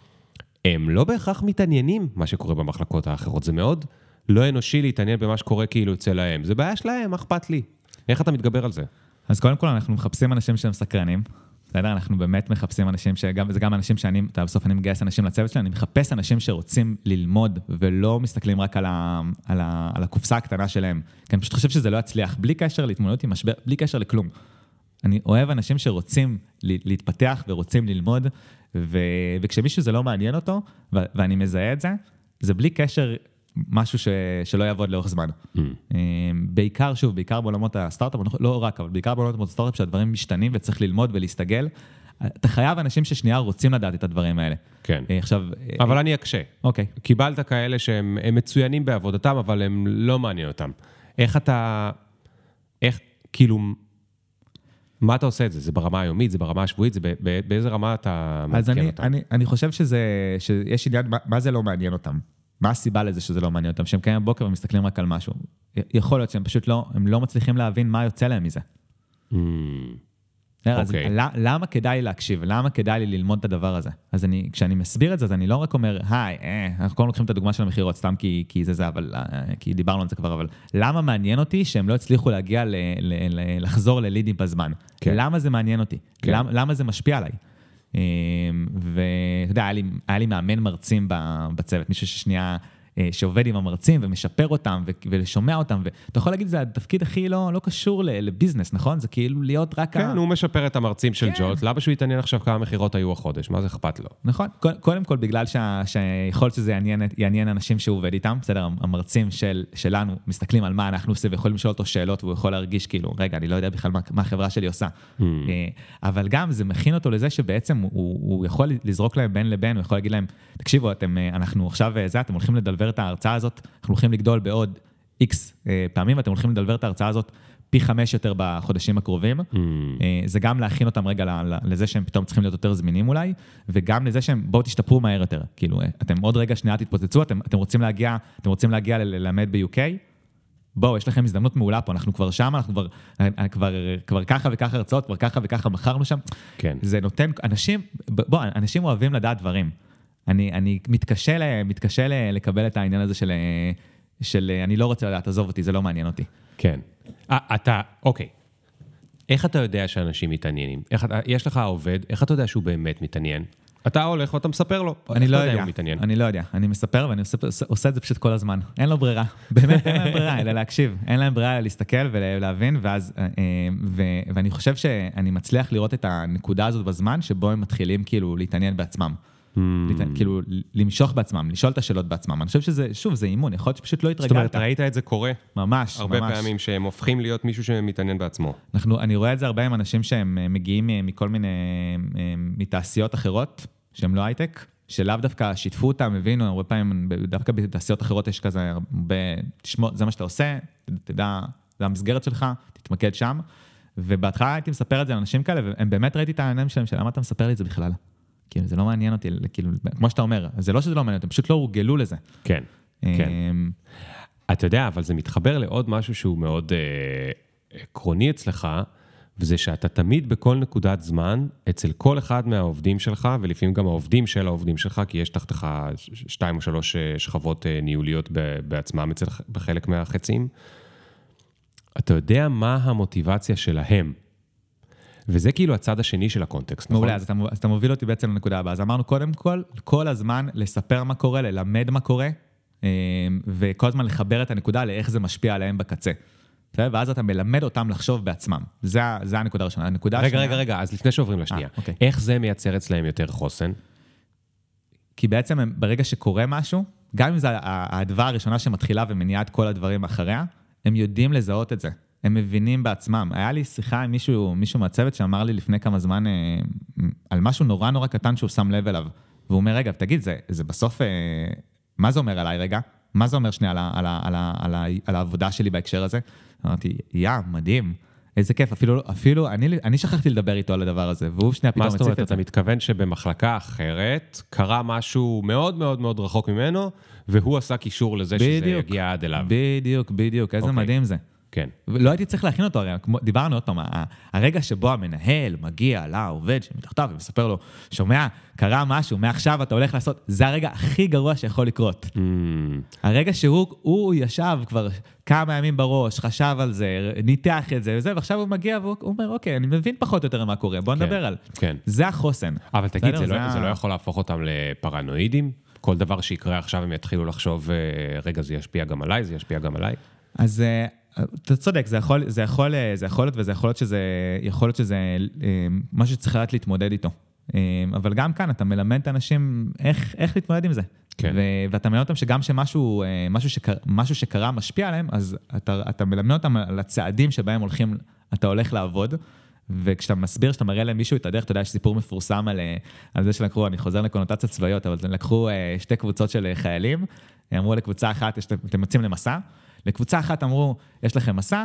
הם לא בהכרח מתעניינים מה שקורה במחלקות האחרות. זה מאוד לא אנושי להתעניין במה שקורה כאילו אצל להם. זה בעיה שלהם, מה אכפת לי? איך אתה מתגבר על זה? אז קודם כל אנחנו מחפשים אנשים שהם סקרנים. בסדר? אנחנו באמת מחפשים אנשים שגם, זה גם אנשים שאני, בסוף אני מגייס אנשים לצוות שלי, אני מחפש אנשים שרוצים ללמוד ולא מסתכלים רק על, ה, על, ה, על הקופסה הקטנה שלהם. כי אני פשוט חושב שזה לא יצליח. בלי קשר להתמודדות עם משבר, בלי קשר לכלום. אני אוהב אנשים שרוצים להתפתח ורוצים ללמוד, ו... וכשמישהו זה לא מעניין אותו, ו... ואני מזהה את זה, זה בלי קשר משהו ש... שלא יעבוד לאורך זמן. Mm. בעיקר, שוב, בעיקר בעולמות הסטארט-אפ, לא רק, אבל בעיקר בעולמות הסטארט-אפ שהדברים משתנים וצריך ללמוד ולהסתגל, אתה חייב אנשים ששנייה רוצים לדעת את הדברים האלה. כן. עכשיו... אבל אני אקשה. אוקיי. קיבלת כאלה שהם מצוינים בעבודתם, אבל הם לא מעניין אותם. איך אתה... איך, כאילו... מה אתה עושה את זה? זה ברמה היומית, זה ברמה השבועית, זה באיזה רמה אתה מעדכן אותם? אז אני, אני חושב שזה, שיש עניין, מה, מה זה לא מעניין אותם? מה הסיבה לזה שזה לא מעניין אותם? שהם קיים בבוקר ומסתכלים רק על משהו. יכול להיות שהם פשוט לא, הם לא מצליחים להבין מה יוצא להם מזה. Mm. אז okay. למה כדאי להקשיב? למה כדאי לי ללמוד את הדבר הזה? אז אני, כשאני מסביר את זה, אז אני לא רק אומר, היי, אה, אנחנו כל לוקחים את הדוגמה של המחירות, סתם כי, כי זה זה, אבל, כי דיברנו על זה כבר, אבל למה מעניין אותי שהם לא הצליחו להגיע, ל, ל, ל, לחזור ללידים בזמן? Okay. למה זה מעניין אותי? Okay. למה, למה זה משפיע עליי? ואתה יודע, היה לי, היה לי מאמן מרצים בצוות, מישהו ששנייה, שעובד עם המרצים ומשפר אותם ולשומע אותם, ואתה יכול להגיד, זה התפקיד הכי לא, לא קשור לביזנס, נכון? זה כאילו להיות רק... כן, הוא משפר את המרצים של ג'ולט, למה שהוא יתעניין עכשיו כמה מחירות היו החודש? מה זה אכפת לו? נכון, קודם כל בגלל שיכול להיות שזה יעניין אנשים שהוא עובד איתם, בסדר, המרצים שלנו מסתכלים על מה אנחנו עושים, ויכולים לשאול אותו שאלות, והוא יכול להרגיש כאילו, רגע, אני לא יודע בכלל מה החברה שלי עושה. אבל גם זה מכין אותו לזה שבעצם הוא יכול לזרוק להם בין לבין, הוא יכול להגיד להם, תקשיבו, אנחנו עכשיו זה, אתם הולכים לדלבר את ההרצאה הזאת, אנחנו הולכים לגדול בעוד X פעמים, ואתם הולכים לדלבר את ההרצאה הזאת פי חמש יותר בחודשים הקרובים. Mm. זה גם להכין אותם רגע לזה שהם פתאום צריכים להיות יותר זמינים אולי, וגם לזה שהם בואו תשתפרו מהר יותר. כאילו, אתם עוד רגע שנייה תתפוצצו, אתם, אתם רוצים להגיע, אתם רוצים להגיע ללמד ב-יו קיי, בואו, יש לכם הזדמנות מעולה פה, אנחנו כבר שם, אנחנו כבר, כבר, כבר ככה וככה הרצאות, כבר ככה וככה בחרנו שם. כן. זה נותן, אנשים, בואו, אנשים אוהבים לדעת דברים. אני, אני מתקשה, מתקשה לקבל את העניין הזה של, של אני לא רוצה לדעת, עזוב אותי, זה לא מעניין אותי. כן. אתה, אוקיי. איך אתה יודע שאנשים מתעניינים? איך, יש לך עובד, איך אתה יודע שהוא באמת מתעניין? אתה הולך ואתה מספר לו. אני לא יודע, אני לא יודע. אני מספר ואני עושה, עושה את זה פשוט כל הזמן. אין לו ברירה. באמת אין להם ברירה, אלא להקשיב. אין להם ברירה להסתכל ולהבין, ואז, ו, ואני חושב שאני מצליח לראות את הנקודה הזאת בזמן, שבו הם מתחילים כאילו להתעניין בעצמם. כאילו, למשוך בעצמם, לשאול את השאלות בעצמם. אני חושב שזה, שוב, זה אימון, יכול להיות שפשוט לא התרגלת. זאת אומרת, ראית את זה קורה? ממש, הרבה ממש. פעמים שהם הופכים להיות מישהו שמתעניין בעצמו. אנחנו, אני רואה את זה הרבה עם אנשים שהם מגיעים מכל מיני, מתעשיות אחרות, שהם לא הייטק, שלאו דווקא שיתפו אותם, הבינו, הרבה פעמים, דווקא בתעשיות אחרות יש כזה, תשמע, זה מה שאתה עושה, תדע, זה המסגרת שלך, תתמקד שם, ובהתחלה הייתי מספר את זה לאנשים כאלה, והם באמת ראיתי את העיניים שלהם, שלמה אתה מספר לי את זה בכלל? כאילו, זה לא מעניין אותי, כאילו, כמו שאתה אומר, זה לא שזה לא מעניין אותי, הם פשוט לא הורגלו לזה. כן, כן. אתה יודע, אבל זה מתחבר לעוד משהו שהוא מאוד עקרוני אצלך, וזה שאתה תמיד בכל נקודת זמן, אצל כל אחד מהעובדים שלך, ולפעמים גם העובדים של העובדים שלך, כי יש תחתך שתיים או שלוש שכבות ניהוליות בעצמם אצל בחלק מהחצים, אתה יודע מה המוטיבציה שלהם, וזה כאילו הצד השני של הקונטקסט, נכון? מעולה, אז אתה, אז אתה מוביל אותי בעצם לנקודה הבאה. אז אמרנו קודם כל, כל הזמן לספר מה קורה, ללמד מה קורה, וכל הזמן לחבר את הנקודה לאיך זה משפיע עליהם בקצה. ואז אתה מלמד אותם לחשוב בעצמם. זה, זה הנקודה הראשונה. הנקודה רגע, השנייה... רגע, רגע, אז לפני שעוברים לשנייה. 아, אוקיי. איך זה מייצר אצלהם יותר חוסן? כי בעצם הם, ברגע שקורה משהו, גם אם זה הדבר הראשונה שמתחילה ומניעה את כל הדברים אחריה, הם יודעים לזהות את זה. הם מבינים בעצמם. היה לי שיחה עם מישהו, מישהו מהצוות שאמר לי לפני כמה זמן, אה, על משהו נורא נורא קטן שהוא שם לב אליו. והוא אומר, רגע, תגיד, זה, זה בסוף, אה, מה זה אומר עליי רגע? מה זה אומר שנייה על, על, על, על, על, על העבודה שלי בהקשר הזה? אמרתי, יא, מדהים. איזה כיף, אפילו, אפילו, אני, אני שכחתי לדבר איתו על הדבר הזה, והוא שנייה פתאום מציף את זה. מה זאת אומרת, אתה מתכוון שבמחלקה אחרת, קרה משהו מאוד מאוד מאוד רחוק ממנו, והוא עשה קישור לזה שזה יגיע עד אליו. בדיוק, בדיוק, איזה מדהים זה. כן. לא הייתי צריך להכין אותו, הרי דיברנו עוד פעם, הרגע שבו המנהל מגיע לעובד שמתחתיו ומספר לו, שומע, קרה משהו, מעכשיו אתה הולך לעשות, זה הרגע הכי גרוע שיכול לקרות. הרגע שהוא ישב כבר כמה ימים בראש, חשב על זה, ניתח את זה וזה, ועכשיו הוא מגיע והוא אומר, אוקיי, אני מבין פחות או יותר מה קורה, בוא נדבר על. זה החוסן. אבל תגיד, זה לא יכול להפוך אותם לפרנואידים? כל דבר שיקרה עכשיו הם יתחילו לחשוב, רגע, זה ישפיע גם עליי, זה ישפיע גם עליי? אז אתה צודק, זה יכול, זה יכול, זה יכול להיות, וזה יכול להיות שזה, יכול להיות שזה משהו שצריך לדעת להתמודד איתו. אבל גם כאן, אתה מלמד את האנשים איך, איך להתמודד עם זה. כן. ואתה מלמד אותם שגם שמשהו, משהו שקרה, משהו שקרה משפיע עליהם, אז אתה, אתה מלמד אותם על הצעדים שבהם הולכים, אתה הולך לעבוד, וכשאתה מסביר, שאתה מראה להם מישהו את הדרך, אתה יודע, יש סיפור מפורסם על, על זה שלקחו, אני חוזר לקונוטציות צבאיות, אבל לקחו שתי קבוצות של חיילים, אמרו לקבוצה אחת, אתם יוצאים למסע, לקבוצה אחת אמרו, יש לכם מסע,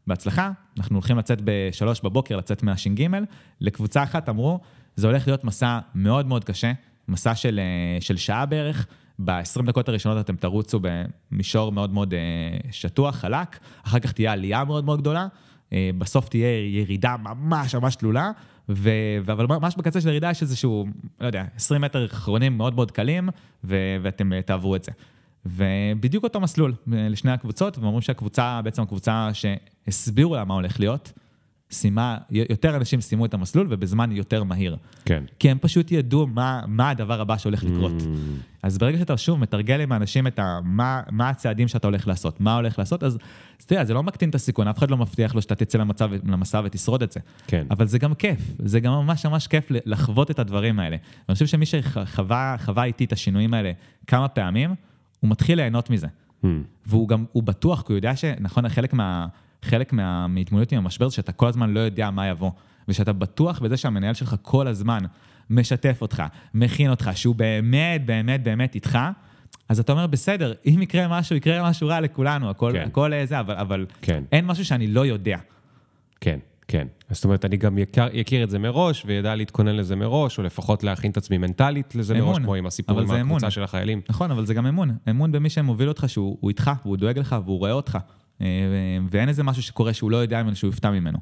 בהצלחה, אנחנו הולכים לצאת בשלוש בבוקר, לצאת מהש"ג, לקבוצה אחת אמרו, זה הולך להיות מסע מאוד מאוד קשה, מסע של, של שעה בערך, ב-עשרים דקות הראשונות אתם תרוצו במישור מאוד מאוד שטוח, חלק, אחר כך תהיה עלייה מאוד מאוד גדולה, בסוף תהיה ירידה ממש ממש תלולה, ו... אבל ממש בקצה של הירידה יש איזשהו, לא יודע, עשרים מטר אחרונים מאוד מאוד קלים, ו... ואתם תעברו את זה. ובדיוק אותו מסלול לשני הקבוצות, ואומרים שהקבוצה, בעצם הקבוצה שהסבירו לה מה הולך להיות, שימה, יותר אנשים שימו את המסלול, ובזמן יותר מהיר. כן. כי הם פשוט ידעו מה, מה הדבר הבא שהולך לקרות. Mm. אז ברגע שאתה שוב מתרגל עם האנשים את ה, מה, מה הצעדים שאתה הולך לעשות, מה הולך לעשות, אז תראה, זה לא מקטין את הסיכון, אף אחד לא מבטיח לו שאתה תצא למצב, למסע ותשרוד את זה. כן. אבל זה גם כיף, זה גם ממש ממש כיף לחוות את הדברים האלה. ואני חושב שמי שחווה, חווה איתי את השינויים האלה כמה פעמים, הוא מתחיל ליהנות מזה. Mm. והוא גם, הוא בטוח, כי הוא יודע שנכון, חלק מה, חלק מה, מהתמודדות עם המשבר, שאתה כל הזמן לא יודע מה יבוא, ושאתה בטוח בזה שהמנהל שלך כל הזמן משתף אותך, מכין אותך, שהוא באמת, באמת, באמת איתך, אז אתה אומר, בסדר, אם יקרה משהו, יקרה משהו רע לכולנו, הכל, כן. הכל זה, אבל, אבל כן. אין משהו שאני לא יודע. כן, כן. זאת אומרת, אני גם יכיר, יכיר את זה מראש, וידע להתכונן לזה מראש, או לפחות להכין את עצמי מנטלית לזה אמון, מראש, כמו עם הסיפור עם הקבוצה אמון. של החיילים. נכון, אבל זה גם אמון. אמון במי שמוביל אותך, שהוא איתך, והוא דואג לך, והוא רואה אותך. ואין איזה משהו שקורה שהוא לא יודע ממנו, שהוא יפתע ממנו.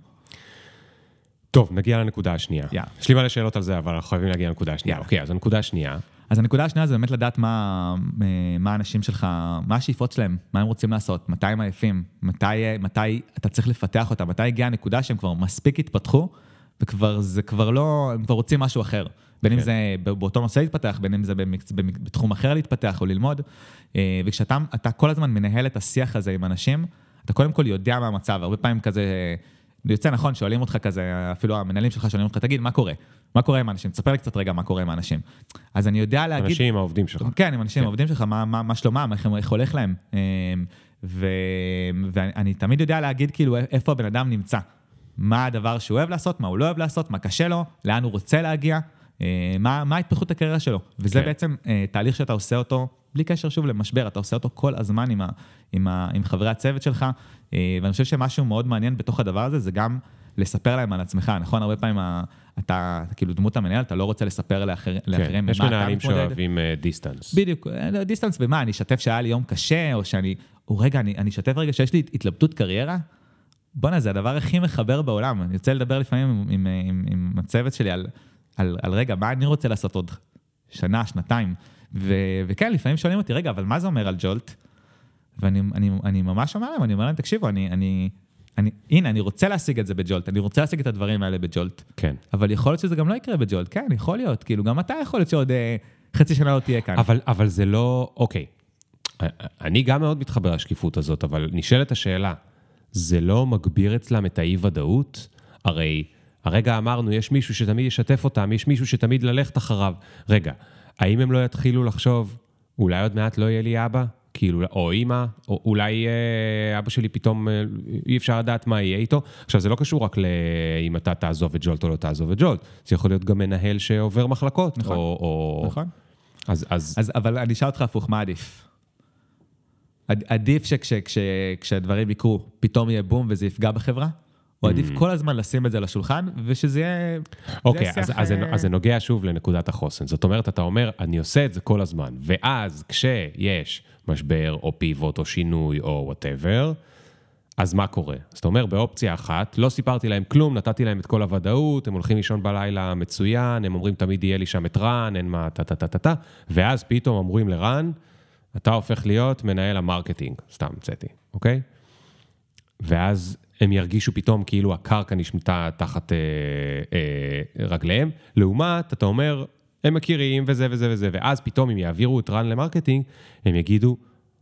טוב, נגיע לנקודה השנייה. Yeah. יש לי מלא שאלות על זה, אבל אנחנו חייבים להגיע לנקודה השנייה. אוקיי, אז הנקודה השנייה. אז הנקודה השנייה זה באמת לדעת מה, מה האנשים שלך, מה השאיפות שלהם, מה הם רוצים לעשות, מתי הם עייפים, מתי, מתי אתה צריך לפתח אותם, מתי הגיעה הנקודה שהם כבר מספיק התפתחו, וכבר זה כבר לא, הם כבר רוצים משהו אחר. בין אם זה באותו נושא להתפתח, בין אם זה בתחום אחר להתפתח או ללמוד. וכשאתה אתה כל הזמן מנהל את השיח הזה עם אנשים, אתה קודם כל יודע מה המצב. הרבה פעמים כזה, יוצא נכון, שואלים אותך כזה, אפילו המנהלים שלך שואלים אותך, תגיד, מה קורה? מה קורה עם האנשים? תספר לי קצת רגע מה קורה עם האנשים. אז אני יודע להגיד... אנשים עם העובדים שלך. כן, עם אנשים עם העובדים שלך, מה, מה, מה שלומם, איך הולך להם. ו... ואני תמיד יודע להגיד כאילו איפה הבן אדם נמצא. מה הדבר שהוא אוהב לעשות, מה הוא לא אוהב לעשות, מה קשה לו, לאן הוא רוצה להגיע, מה, מה ההתפתחות הקריירה שלו. וזה כן. בעצם תהליך שאתה עושה אותו, בלי קשר שוב למשבר, אתה עושה אותו כל הזמן עם, ה, עם, ה, עם חברי הצוות שלך, ואני חושב שמשהו מאוד מעניין בתוך הדבר הזה, זה גם לספר להם על עצמך, נכון? הרבה פעמים אתה, כאילו דמות המנהל, אתה לא רוצה לספר לאחר, כן. לאחרים, יש מנהלים שאוהבים דיסטנס. בדיוק, דיסטנס במה? אני אשתף שהיה לי יום קשה, או שאני, או רגע, אני, אני אשתף רגע שיש לי התלבטות קריירה, בוא'נה, זה הדבר הכי מחבר בעולם. אני רוצה לדבר לפעמים עם, עם, עם, עם הצוות שלי על, על, על רגע, מה אני רוצה לעשות עוד שנה, שנתיים, ו, וכן, לפעמים שואלים אותי, רגע, אבל מה זה אומר על ג'ולט? ואני אני, אני ממש אומר להם, אני אומר להם, תקשיבו, אני, אני, אני, הנה, אני רוצה להשיג את זה בג'ולט, אני רוצה להשיג את הדברים האלה בג'ולט. כן. אבל יכול להיות שזה גם לא יקרה בג'ולט, כן, יכול להיות, כאילו, גם אתה יכול להיות שעוד אה, חצי שנה לא תהיה כאן. אבל, אבל זה לא, אוקיי. אני גם מאוד מתחבר לשקיפות הזאת, אבל נשאלת השאלה, זה לא מגביר אצלם את האי-ודאות? הרי הרגע אמרנו, יש מישהו שתמיד ישתף אותם, יש מישהו שתמיד ללכת אחריו. רגע, האם הם לא יתחילו לחשוב, אולי עוד מעט לא יהיה לי אבא? כאילו, או אמא, או אולי אבא שלי פתאום אי אפשר לדעת מה יהיה איתו. עכשיו, זה לא קשור רק לאם אתה תעזוב את ג'ולט או לא תעזוב את ג'ולט. זה יכול להיות גם מנהל שעובר מחלקות. נכון, או, או... נכון. אז, אז... אז, אבל אני אשאל אותך הפוך, מה עדיף? עדיף שכשהדברים יקרו, פתאום יהיה בום וזה יפגע בחברה? או עדיף כל הזמן לשים את זה לשולחן, ושזה יהיה... אוקיי, אז זה נוגע שוב לנקודת החוסן. זאת אומרת, אתה אומר, אני עושה את זה כל הזמן, ואז כשיש משבר או פיבוט או שינוי או whatever, אז מה קורה? זאת אומרת, באופציה אחת, לא סיפרתי להם כלום, נתתי להם את כל הוודאות, הם הולכים לישון בלילה מצוין, הם אומרים, תמיד יהיה לי שם את רן, אין מה, טה-טה-טה-טה, ואז פתאום אומרים לרן, אתה הופך להיות מנהל המרקטינג, סתם צאתי, אוקיי? ואז הם ירגישו פתאום כאילו הקרקע נשמטה תחת אה, אה, רגליהם, לעומת, אתה אומר, הם מכירים וזה וזה וזה, ואז פתאום אם יעבירו את רן למרקטינג, הם יגידו,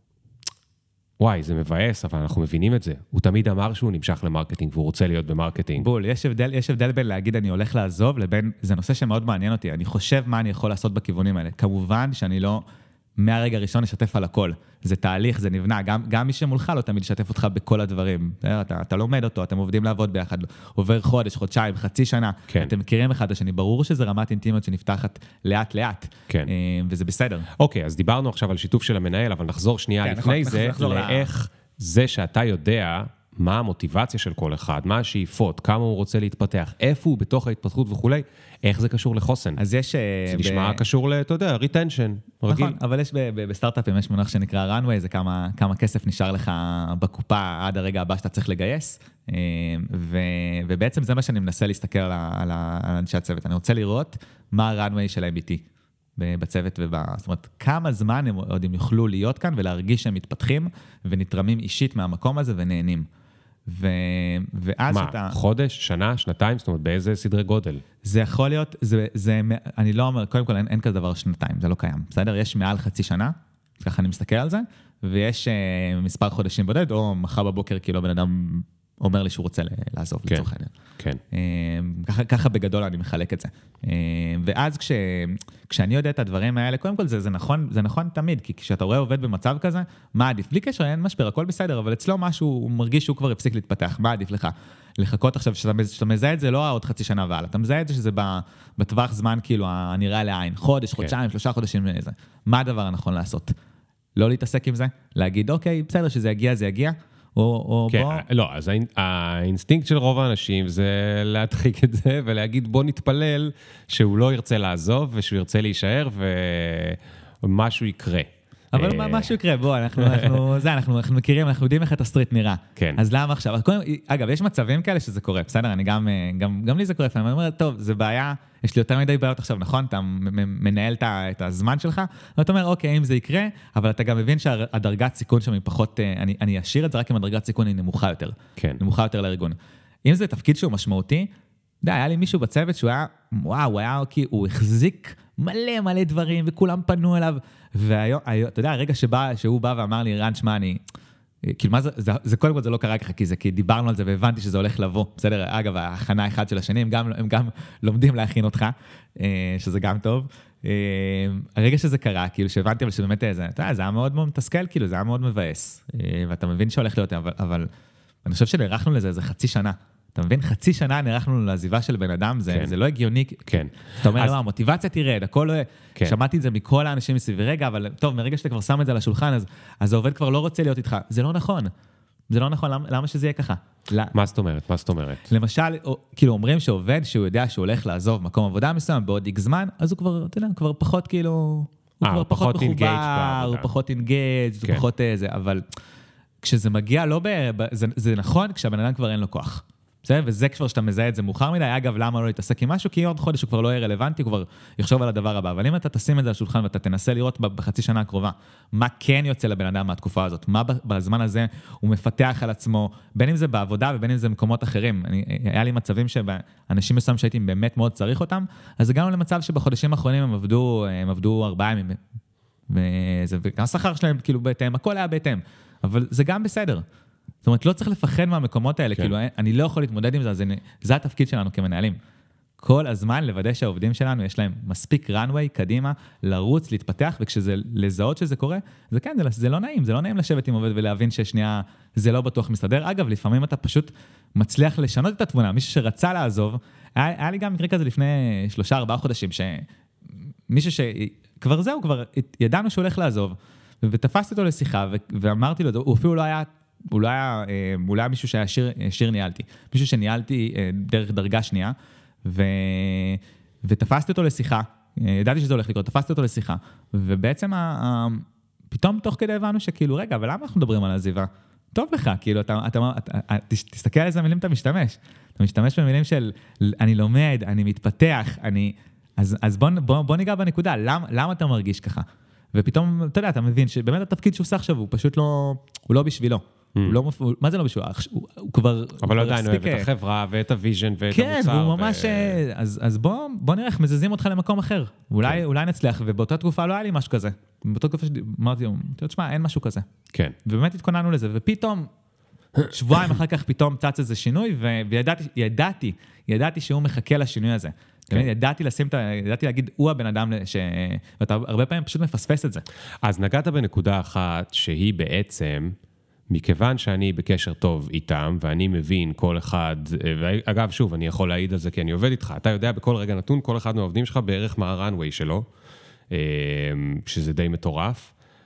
וואי, זה מבאס, אבל אנחנו מבינים את זה. הוא תמיד אמר שהוא נמשך למרקטינג, והוא רוצה להיות במרקטינג. בול, יש הבדל, יש הבדל בין להגיד אני הולך לעזוב, לבין, זה נושא שמאוד מעניין אותי, אני חושב מה אני יכול לעשות בכיוונים האלה. כמובן שאני לא... מהרגע הראשון לשתף על הכל. זה תהליך, זה נבנה. גם, גם מי שמולך לא תמיד לשתף אותך בכל הדברים. אתה, אתה לומד אותו, אתם עובדים לעבוד ביחד, עובר חודש, חודשיים, חצי שנה. כן. אתם מכירים אחד השני. ברור שזה רמת אינטימיות שנפתחת לאט לאט. כן. וזה בסדר. אוקיי, אז דיברנו עכשיו על שיתוף של המנהל, אבל נחזור שנייה כן, לפני נכון, זה, לאיך זה שאתה יודע מה המוטיבציה של כל אחד, מה השאיפות, כמה הוא רוצה להתפתח, איפה הוא בתוך ההתפתחות וכולי, איך זה קשור לחוסן. אז יש... זה נשמע קשור ל, אתה יודע, retention, רגיל. נכון, אבל יש בסטארט-אפים, יש מונח שנקרא runway, זה כמה, כמה כסף נשאר לך בקופה עד הרגע הבא שאתה צריך לגייס, ו, ובעצם זה מה שאני מנסה להסתכל על, על, על אנשי הצוות. אני רוצה לראות מה ה-runway של ה-אם בי טי בצוות, ובא, זאת אומרת, כמה זמן הם עוד הם יוכלו להיות כאן ולהרגיש שהם מתפתחים ונתרמים אישית מהמקום הזה ונהנים. ו... ואז מה, אתה... חודש, שנה, שנתיים, זאת אומרת, באיזה סדרי גודל? זה יכול להיות, זה, זה, אני לא אומר, קודם כל אין, אין כזה דבר שנתיים, זה לא קיים, בסדר? יש מעל חצי שנה, ככה אני מסתכל על זה, ויש uh, מספר חודשים בודד, או מחר בבוקר, כאילו בן אדם אומר לי שהוא רוצה לעזוב, כן, לצורך העניין. כן. Uh, ככה, ככה בגדול אני מחלק את זה. Uh, ואז כש, כשאני יודע את הדברים האלה, קודם כל זה, זה נכון, זה נכון תמיד, כי כשאתה רואה עובד במצב כזה, מה עדיף? בלי קשר, אין משבר, הכל בסדר, אבל אצלו משהו, הוא מרגיש שהוא כבר הפסיק להתפתח, מה עדיף לך? לחכות עכשיו, שאתה מזהה את זה לא עוד חצי שנה ועלה, אתה מזהה את זה שזה בטווח זמן, כאילו, הנראה לעין, חודש, חודשיים, שלושה חודשים, איזה. מה הדבר הנכון לעשות? לא להתעסק עם זה, להגיד, אוקיי, בסדר, שזה יגיע, זה יגיע, או, או כן, בוא... לא, אז האינסטינקט של רוב האנשים זה להדחיק את זה, ולהגיד, בוא נתפלל שהוא לא ירצה לעזוב, ושהוא ירצה להישאר, ומשהו יקרה. אבל משהו יקרה, בוא, אנחנו, אנחנו, זה, אנחנו, אנחנו מכירים, אנחנו יודעים איך את הסטריט נראה. כן. אז למה עכשיו? אגב, יש מצבים כאלה שזה קורה, בסדר, אני גם, גם, גם לי זה קורה, אני אומר, טוב, זה בעיה, יש לי יותר מדי בעיות עכשיו, נכון? אתה מנהל את הזמן שלך, ואתה אומר, אוקיי, אם זה יקרה, אבל אתה גם מבין שהדרגת סיכון שם היא פחות, אני, אני אשאיר את זה רק אם הדרגת סיכון היא נמוכה יותר. כן. נמוכה יותר לארגון. אם זה תפקיד שהוא משמעותי, די, היה לי מישהו בצוות שהוא היה, וואו, הוא היה, כי הוא החזיק מלא מלא דברים, וכולם פנו אליו, והיום, אתה יודע, הרגע שבא, שהוא בא ואמר לי, רן, שמה, אני, כאילו, מה זה, זה, זה קודם כל זה לא קרה ככה, כי זה, כי דיברנו על זה והבנתי שזה הולך לבוא, בסדר? אגב, ההכנה אחד של השני, הם גם, הם גם לומדים להכין אותך, שזה גם טוב. הרגע שזה קרה, כאילו, שהבנתי, אבל שבאמת זה, אתה יודע, זה היה מאוד מאוד מתסכל, כאילו, זה היה מאוד מבאס, ואתה מבין שהולך להיות, אבל, אבל אני חושב שנערכנו לזה איזה חצי שנה. אתה מבין? חצי שנה נערכנו לעזיבה של בן אדם, זה, כן. זה לא הגיוני. כן. אתה אומר, אז... לא, המוטיבציה תרד, הכל, כן. שמעתי את זה מכל האנשים מסביב, רגע, אבל טוב, מרגע שאתה כבר שם את זה על השולחן, אז, אז העובד כבר לא רוצה להיות איתך. זה לא נכון. זה לא נכון, למה, למה שזה יהיה ככה? מה זאת אומרת? מה זאת אומרת? למשל, כאילו אומרים שעובד שהוא יודע שהוא הולך לעזוב מקום עבודה מסוים בעוד איקס זמן, אז הוא כבר, אתה יודע, כבר פחות כאילו, הוא 아, כבר פחות מחובר, הוא פחות אינגייג', הוא פחות זה, אבל כשזה מגיע לא ב... זה, זה נכון כשהבן אדם כבר אין לו כוח. וזה כבר שאתה מזהה את זה מאוחר מדי, אגב, למה לא להתעסק עם משהו? כי עוד חודש הוא כבר לא יהיה רלוונטי, הוא כבר יחשוב על הדבר הבא. אבל אם אתה תשים את זה על השולחן ואתה תנסה לראות בחצי שנה הקרובה, מה כן יוצא לבן אדם מהתקופה הזאת, מה בזמן הזה הוא מפתח על עצמו, בין אם זה בעבודה ובין אם זה במקומות אחרים. אני, היה לי מצבים שאנשים מסוים שהייתי באמת מאוד צריך אותם, אז הגענו למצב שבחודשים האחרונים הם עבדו, הם עבדו ארבעה ימים, וזה, וגם השכר שלהם כאילו בהתאם, הכל היה בהתאם, אבל זה גם בסדר. זאת אומרת, לא צריך לפחד מהמקומות האלה, כן. כאילו, אני לא יכול להתמודד עם זה, זה, זה התפקיד שלנו כמנהלים. כל הזמן לוודא שהעובדים שלנו, יש להם מספיק runway, קדימה, לרוץ, להתפתח, וכשזה לזהות שזה קורה, זה כן, זה, זה לא נעים, זה לא נעים לשבת עם עובד ולהבין ששנייה, זה לא בטוח מסתדר. אגב, לפעמים אתה פשוט מצליח לשנות את התמונה, מישהו שרצה לעזוב, היה, היה לי גם מקרה כזה לפני שלושה, ארבעה חודשים, שמישהו שכבר זהו, כבר ידענו שהוא הולך לעזוב, ותפסתי אותו לשיחה, ואמרתי לו, הוא אפילו לא היה הוא לא היה, הוא לא היה מישהו שהיה שיר, שיר ניהלתי, מישהו שניהלתי דרך דרגה שנייה, ו, ותפסתי אותו לשיחה, ידעתי שזה הולך לקרות, תפסתי אותו לשיחה, ובעצם ה, פתאום תוך כדי הבנו שכאילו, רגע, אבל למה אנחנו מדברים על העזיבה? טוב לך, כאילו, אתה, אתה, אתה, תסתכל על איזה מילים אתה משתמש, אתה משתמש במילים של, אני לומד, אני מתפתח, אני, אז, אז בוא, בוא, בוא ניגע בנקודה, למה, למה אתה מרגיש ככה? ופתאום, אתה יודע, אתה מבין שבאמת התפקיד שהוא עושה עכשיו, הוא פשוט לא, הוא לא בשבילו. הוא לא, מה זה לא בשביל? הוא כבר... אבל עדיין אוהב את החברה ואת הוויז'ן ואת המוצר. כן, והוא ממש... אז בוא נראה איך מזזים אותך למקום אחר. אולי נצליח, ובאותה תקופה לא היה לי משהו כזה. באותה תקופה שאמרתי, תשמע, אין משהו כזה. כן. ובאמת התכוננו לזה, ופתאום, שבועיים אחר כך פתאום צץ איזה שינוי, וידעתי, ידעתי, ידעתי שהוא מחכה לשינוי הזה. ידעתי לשים, ידעתי להגיד, הוא הבן אדם, ואתה הרבה פעמים פשוט מפספס את זה. אז נגעת בנקודה אחת שהיא בעצם... מכיוון שאני בקשר טוב איתם, ואני מבין כל אחד, ואגב, שוב, אני יכול להעיד על זה, כי אני עובד איתך, אתה יודע בכל רגע נתון, כל אחד מהעובדים שלך בערך מה הרנווי שלו, שזה די מטורף,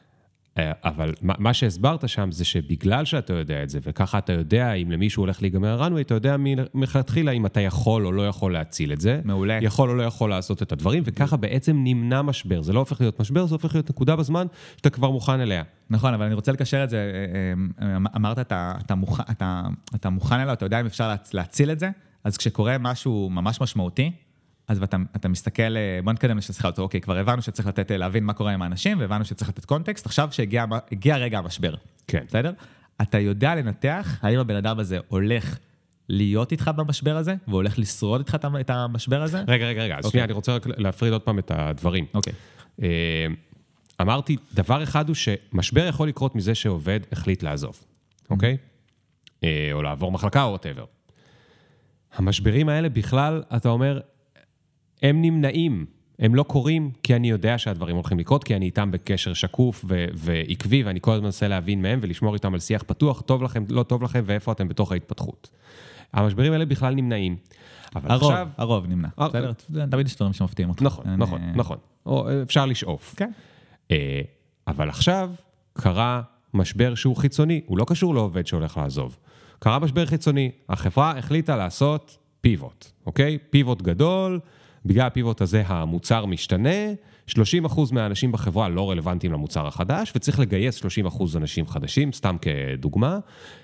אבל מה שהסברת שם זה שבגלל שאתה יודע את זה, וככה אתה יודע אם למישהו הולך להיגמר runway, אתה יודע מלכתחילה אם אתה יכול או לא יכול להציל את זה. מעולה. יכול או לא יכול לעשות את הדברים, וככה בעצם נמנע משבר. זה לא הופך להיות משבר, זה הופך להיות נקודה בזמן שאתה כבר מוכן אליה. נכון, אבל אני רוצה לקשר את זה, אמרת, אתה, אתה, מוכן, אתה, אתה מוכן אליה, אתה יודע אם אפשר להציל את זה, אז כשקורה משהו ממש משמעותי, אז אתה, אתה מסתכל, בוא נתקדם לששיחה, אוקיי, כבר הבנו שצריך לתת, להבין מה קורה עם האנשים, והבנו שצריך לתת קונטקסט, עכשיו שהגיע הגיע רגע המשבר. כן. בסדר? אתה יודע לנתח, האם הבן אדם הזה הולך להיות איתך במשבר הזה, והולך לשרוד איתך את המשבר הזה? רגע, רגע, רגע, אז אוקיי. שנייה, אני רוצה רק להפריד עוד פעם את הדברים. אוקיי. אמרתי, דבר אחד הוא שמשבר יכול לקרות מזה שעובד החליט לעזוב, אוקיי? או לעבור מחלקה או whatever. המשברים האלה בכלל, אתה אומר, הם נמנעים, הם לא קורים, כי אני יודע שהדברים הולכים לקרות, כי אני איתם בקשר שקוף ו- ועקבי, ואני כל הזמן מנסה להבין מהם ולשמור איתם על שיח פתוח, טוב לכם, לא טוב לכם, ואיפה אתם בתוך ההתפתחות. המשברים האלה בכלל נמנעים. אבל הרוב, עכשיו... הרוב נמנע. בסדר? תמיד יש דברים שמפתיעים אותך. נכון, נכון, נכון. או אפשר לשאוף. כן. אבל עכשיו קרה משבר שהוא חיצוני, הוא לא קשור לעובד שהולך לעזוב. קרה משבר חיצוני, החברה החליטה לעשות פיבוט, אוקיי? פיבוט גדול, בגלל הפיבוט הזה המוצר משתנה, שלושים אחוז מהאנשים בחברה לא רלוונטיים למוצר החדש, וצריך לגייס שלושים אחוז אנשים חדשים, סתם כדוגמה,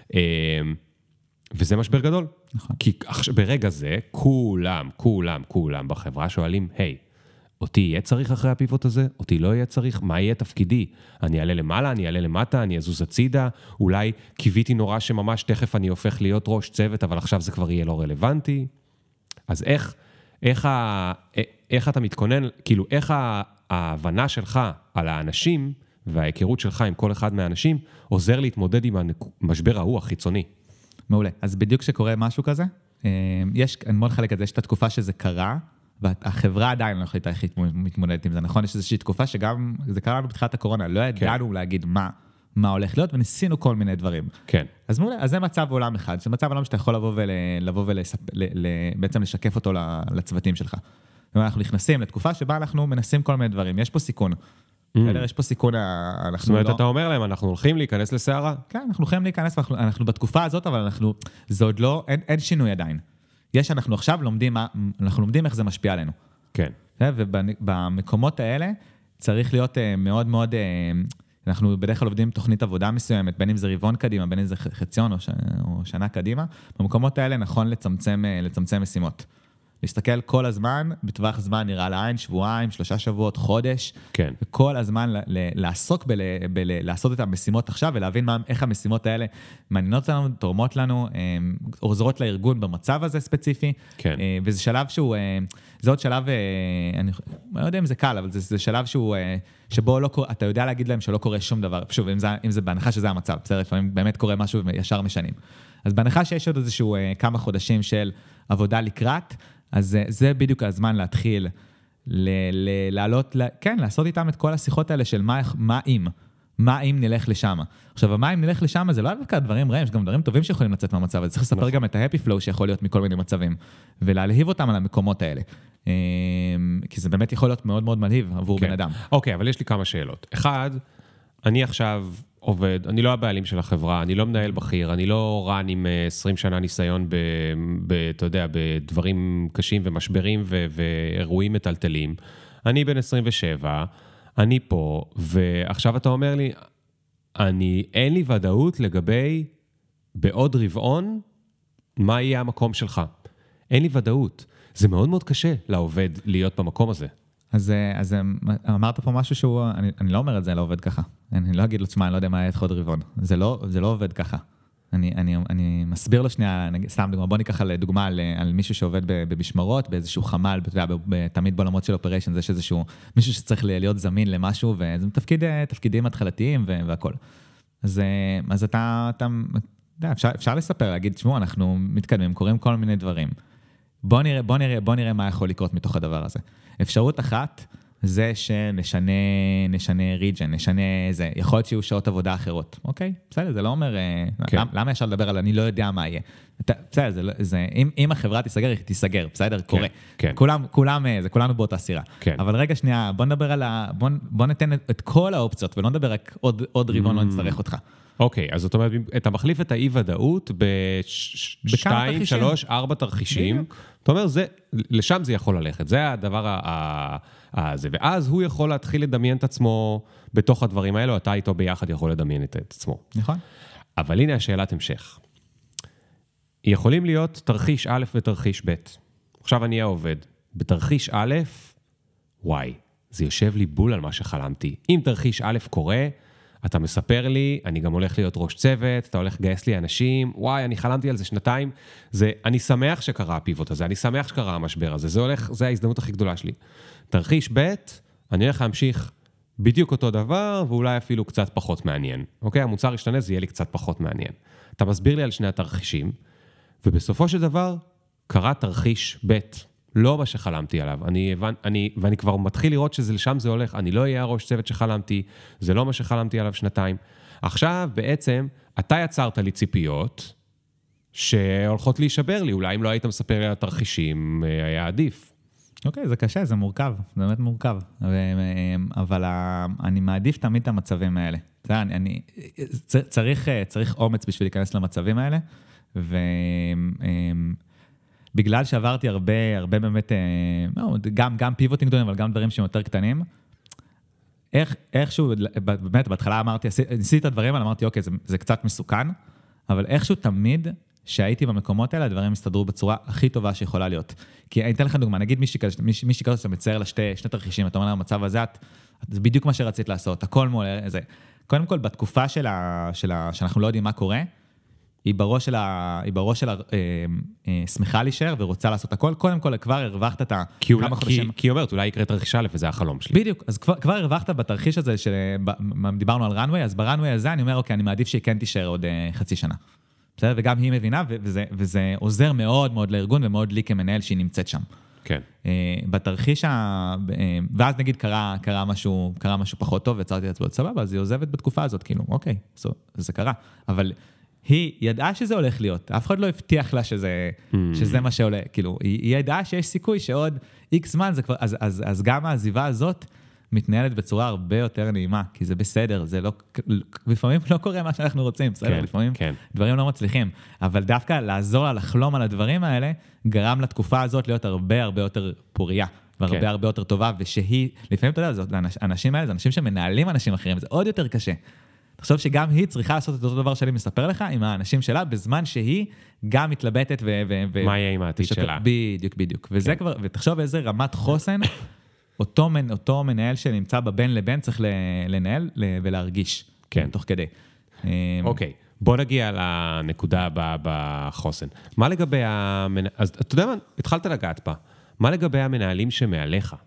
וזה משבר גדול. נכון. כי ברגע זה, כולם, כולם, כולם בחברה שואלים, היי, אותי יהיה צריך אחרי הפיבוט הזה? אותי לא יהיה צריך? מה יהיה תפקידי? אני אעלה למעלה, אני אעלה למטה, אני אזוז הצידה, אולי קיוויתי נורא שממש תכף אני הופך להיות ראש צוות, אבל עכשיו זה כבר יהיה לא רלוונטי. אז איך, איך, ה, איך אתה מתכונן, כאילו, איך ההבנה שלך על האנשים וההיכרות שלך עם כל אחד מהאנשים עוזר להתמודד עם המשבר ההוא החיצוני? מעולה. אז בדיוק שקורה משהו כזה, יש, אני מאוד חלק את זה, יש את התקופה שזה קרה, והחברה עדיין לא החליטה איך היא מתמודדת עם זה, נכון? יש איזושהי תקופה שגם, זה קרה לנו בתחילת הקורונה, לא ידענו להגיד מה, מה הולך להיות, וניסינו כל מיני דברים. כן. אז מעולה, אז זה מצב עולם אחד, זה מצב עולם שאתה יכול לבוא ולבוא ובעצם לשקף אותו לצוותים שלך. ואנחנו נכנסים לתקופה שבה אנחנו מנסים כל מיני דברים, יש פה סיכון. יש פה סיכון, זאת אומרת, אתה אומר להם, אנחנו הולכים להיכנס לסערה? כן, אנחנו הולכים להיכנס, אנחנו בתקופה הזאת, אבל אנחנו, זה עוד לא, אין שינוי עדיין. יש, אנחנו עכשיו לומדים, אנחנו לומדים איך זה משפיע עלינו. כן. ובמקומות האלה צריך להיות מאוד מאוד, אנחנו בדרך כלל עובדים תוכנית עבודה מסוימת, בין אם זה רבעון קדימה, בין אם זה חציון או, ש... או שנה קדימה, במקומות האלה נכון לצמצם, לצמצם משימות. להסתכל כל הזמן, בטווח זמן נראה לעין, שבועיים, שלושה שבועות, חודש, כן. וכל הזמן ל- ל- לעסוק, ב- ב- ב- לעשות את המשימות עכשיו, ולהבין מה, איך המשימות האלה מעניינות לנו, תורמות לנו, עוזרות לארגון במצב הזה ספציפי, כן. וזה שלב שהוא, זה עוד שלב, אני לא יודע אם זה קל, אבל זה, זה שלב שהוא, שבו לא, אתה יודע להגיד להם שלא קורה שום דבר, שוב, אם זה, אם זה בהנחה שזה המצב, בסדר, לפעמים באמת קורה משהו וישר משנים. אז בהנחה שיש עוד איזשהו כמה חודשים של עבודה לקראת, אז זה, זה בדיוק הזמן להתחיל ל, ל, לעלות, ל, כן, לעשות איתם את כל השיחות האלה של מה, מה אם, מה אם נלך לשם. עכשיו, מה אם נלך לשם, זה לא דווקא דברים רעים, יש גם דברים טובים שיכולים לצאת מהמצב, אז צריך לספר גם את ה-happy flow שיכול להיות מכל מיני מצבים, ולהלהיב אותם על המקומות האלה. כי זה באמת יכול להיות מאוד מאוד מלהיב עבור בן אדם. אוקיי, אבל יש לי כמה שאלות. אחד, אני עכשיו עובד, אני לא הבעלים של החברה, אני לא מנהל בכיר, אני לא רן עם עשרים שנה ניסיון ב, ב, אתה יודע, בדברים קשים ומשברים ו, ואירועים מטלטלים. אני בן עשרים ושבע, אני פה, ועכשיו אתה אומר לי, אני, אין לי ודאות לגבי בעוד רבעון, מה יהיה המקום שלך. אין לי ודאות. זה מאוד מאוד קשה לעובד להיות במקום הזה. אז, אז אמרת פה משהו שהוא, אני, אני לא אומר את זה, לא עובד ככה. אני לא אגיד לו, תשמע, אני לא יודע מה יהיה את חוד רבעון. זה לא, זה לא עובד ככה. אני, אני, אני מסביר לו שנייה, סתם דוגמה, בוא ניקח על דוגמה על, על מישהו שעובד במשמרות, באיזשהו חמ"ל, תמיד בעולמות של אופריישן, יש איזשהו, מישהו שצריך להיות זמין למשהו, וזה תפקיד, תפקידים התחלתיים והכל. אז, אז אתה, אתה, אתה אפשר, אפשר לספר, להגיד, תשמעו, אנחנו מתקדמים, קוראים כל מיני דברים. בוא נראה, בוא נראה, בוא נראה מה יכול לקרות מתוך הדבר הזה. אפשרות אחת, זה שנשנה, נשנה ריג'ן, נשנה זה, יכול להיות שיהיו שעות עבודה אחרות, אוקיי? בסדר, זה לא אומר, כן. למה, למה אפשר לדבר על אני לא יודע מה יהיה? בסדר, זה, זה, אם, אם החברה תיסגר, היא תיסגר, בסדר, כן, קורה. כן. כולם, כולם, זה, כולנו באותה סירה. כן. אבל רגע שנייה, בוא נדבר על ה, בוא, בוא ניתן את כל האופציות, ולא נדבר רק עוד, עוד רבעון, mm. לא נצטרך אותך. אוקיי, אז זאת אומרת, אתה מחליף את האי-ודאות בשתיים, שלוש, ארבע תרחישים. אתה אומר, זה, לשם זה יכול ללכת. זה הדבר הזה. ואז הוא יכול להתחיל לדמיין את עצמו בתוך הדברים האלו, אתה איתו ביחד יכול לדמיין את עצמו. נכון. אבל הנה השאלת המשך. יכולים להיות תרחיש א' ותרחיש ב'. עכשיו אני העובד. בתרחיש א', וואי, זה יושב לי בול על מה שחלמתי. אם תרחיש א' קורה, אתה מספר לי, אני גם הולך להיות ראש צוות, אתה הולך לגייס לי אנשים, וואי, אני חלמתי על זה שנתיים, זה, אני שמח שקרה הפיבוט הזה, אני שמח שקרה המשבר הזה, זה הולך, זה ההזדמנות הכי גדולה שלי. תרחיש ב', אני הולך להמשיך בדיוק אותו דבר, ואולי אפילו קצת פחות מעניין. אוקיי? המוצר ישתנה, זה יהיה לי קצת פחות מעניין. אתה מסביר לי על שני התרחישים, ובסופו של דבר, קרה תרחיש ב', לא מה שחלמתי עליו, אני, אני, ואני כבר מתחיל לראות שזה לשם זה הולך, אני לא אהיה הראש צוות שחלמתי, זה לא מה שחלמתי עליו שנתיים. עכשיו בעצם, אתה יצרת לי ציפיות, שהולכות להישבר לי, אולי אם לא היית מספר לי על התרחישים, היה עדיף. אוקיי, זה קשה, זה מורכב, זה באמת מורכב, אבל אני מעדיף תמיד את המצבים האלה. אני, צריך, צריך אומץ בשביל להיכנס למצבים האלה, ו... בגלל שעברתי הרבה, הרבה באמת, גם, גם פיבוטים גדולים, אבל גם דברים שהם יותר קטנים, איך, איכשהו, באמת, בהתחלה אמרתי, ניסיתי את הדברים, אבל אמרתי, אוקיי, זה, זה קצת מסוכן, אבל איכשהו תמיד, שהייתי במקומות האלה, הדברים הסתדרו בצורה הכי טובה שיכולה להיות. כי אני אתן לך דוגמה, נגיד מישהי כזה, מישהי כזה, שאתה מצייר לה שתי, שני תרחישים, אתה אומר לה, המצב הזה, את, זה בדיוק מה שרצית לעשות, הכל מול זה. קודם כל, בתקופה של ה, של ה, שאנחנו לא יודעים מה קורה, היא בראש שלה, היא בראש שלה, אה, אה, שמחה להישאר ורוצה לעשות הכל. קודם כל, כבר הרווחת את כמה חודשים. כי היא אומרת, אולי יקרה תרחיש א' וזה החלום שלי. בדיוק, אז כבר, כבר הרווחת בתרחיש הזה, שדיברנו על רנווי, אז ברנווי הזה אני אומר, אוקיי, אני מעדיף שהיא כן תישאר עוד אה, חצי שנה. בסדר? וגם היא מבינה, וזה, וזה עוזר מאוד מאוד לארגון, ומאוד לי כמנהל שהיא נמצאת שם. כן. אה, בתרחיש, ה, אה, ואז נגיד קרה, קרה משהו, קרה משהו פחות טוב, ויצרתי את זה סבבה, אז היא עוזבת בתקופה הזאת, כאילו, אוקיי, so, זה קרה. אבל היא ידעה שזה הולך להיות, אף אחד לא הבטיח לה שזה, mm. שזה מה שעולה, כאילו, היא, היא ידעה שיש סיכוי שעוד איקס זמן, זה כבר, אז, אז, אז גם העזיבה הזאת מתנהלת בצורה הרבה יותר נעימה, כי זה בסדר, זה לא, לפעמים לא קורה מה שאנחנו רוצים, בסדר, כן, לפעמים כן. דברים לא מצליחים, אבל דווקא לעזור לה לחלום על הדברים האלה, גרם לתקופה הזאת להיות הרבה הרבה יותר פוריה, והרבה כן. הרבה יותר טובה, ושהיא, לפעמים אתה יודע, זאת, האנשים האלה, זה אנשים שמנהלים אנשים אחרים, זה עוד יותר קשה. תחשוב שגם היא צריכה לעשות את אותו דבר שאני מספר לך, עם האנשים שלה, בזמן שהיא גם מתלבטת ו... ו- מה יהיה עם העתיד שלה? בדיוק, בדיוק. וזה כן. כבר, ותחשוב איזה רמת חוסן, אותו, אותו מנהל שנמצא בבין לבין, צריך לנהל ולהרגיש. כן. תוך כדי. אוקיי, בוא נגיע לנקודה הבאה בחוסן. מה לגבי המנהל... אז אתה יודע מה? התחלת לגעת בה. מה לגבי המנהלים שמעליך?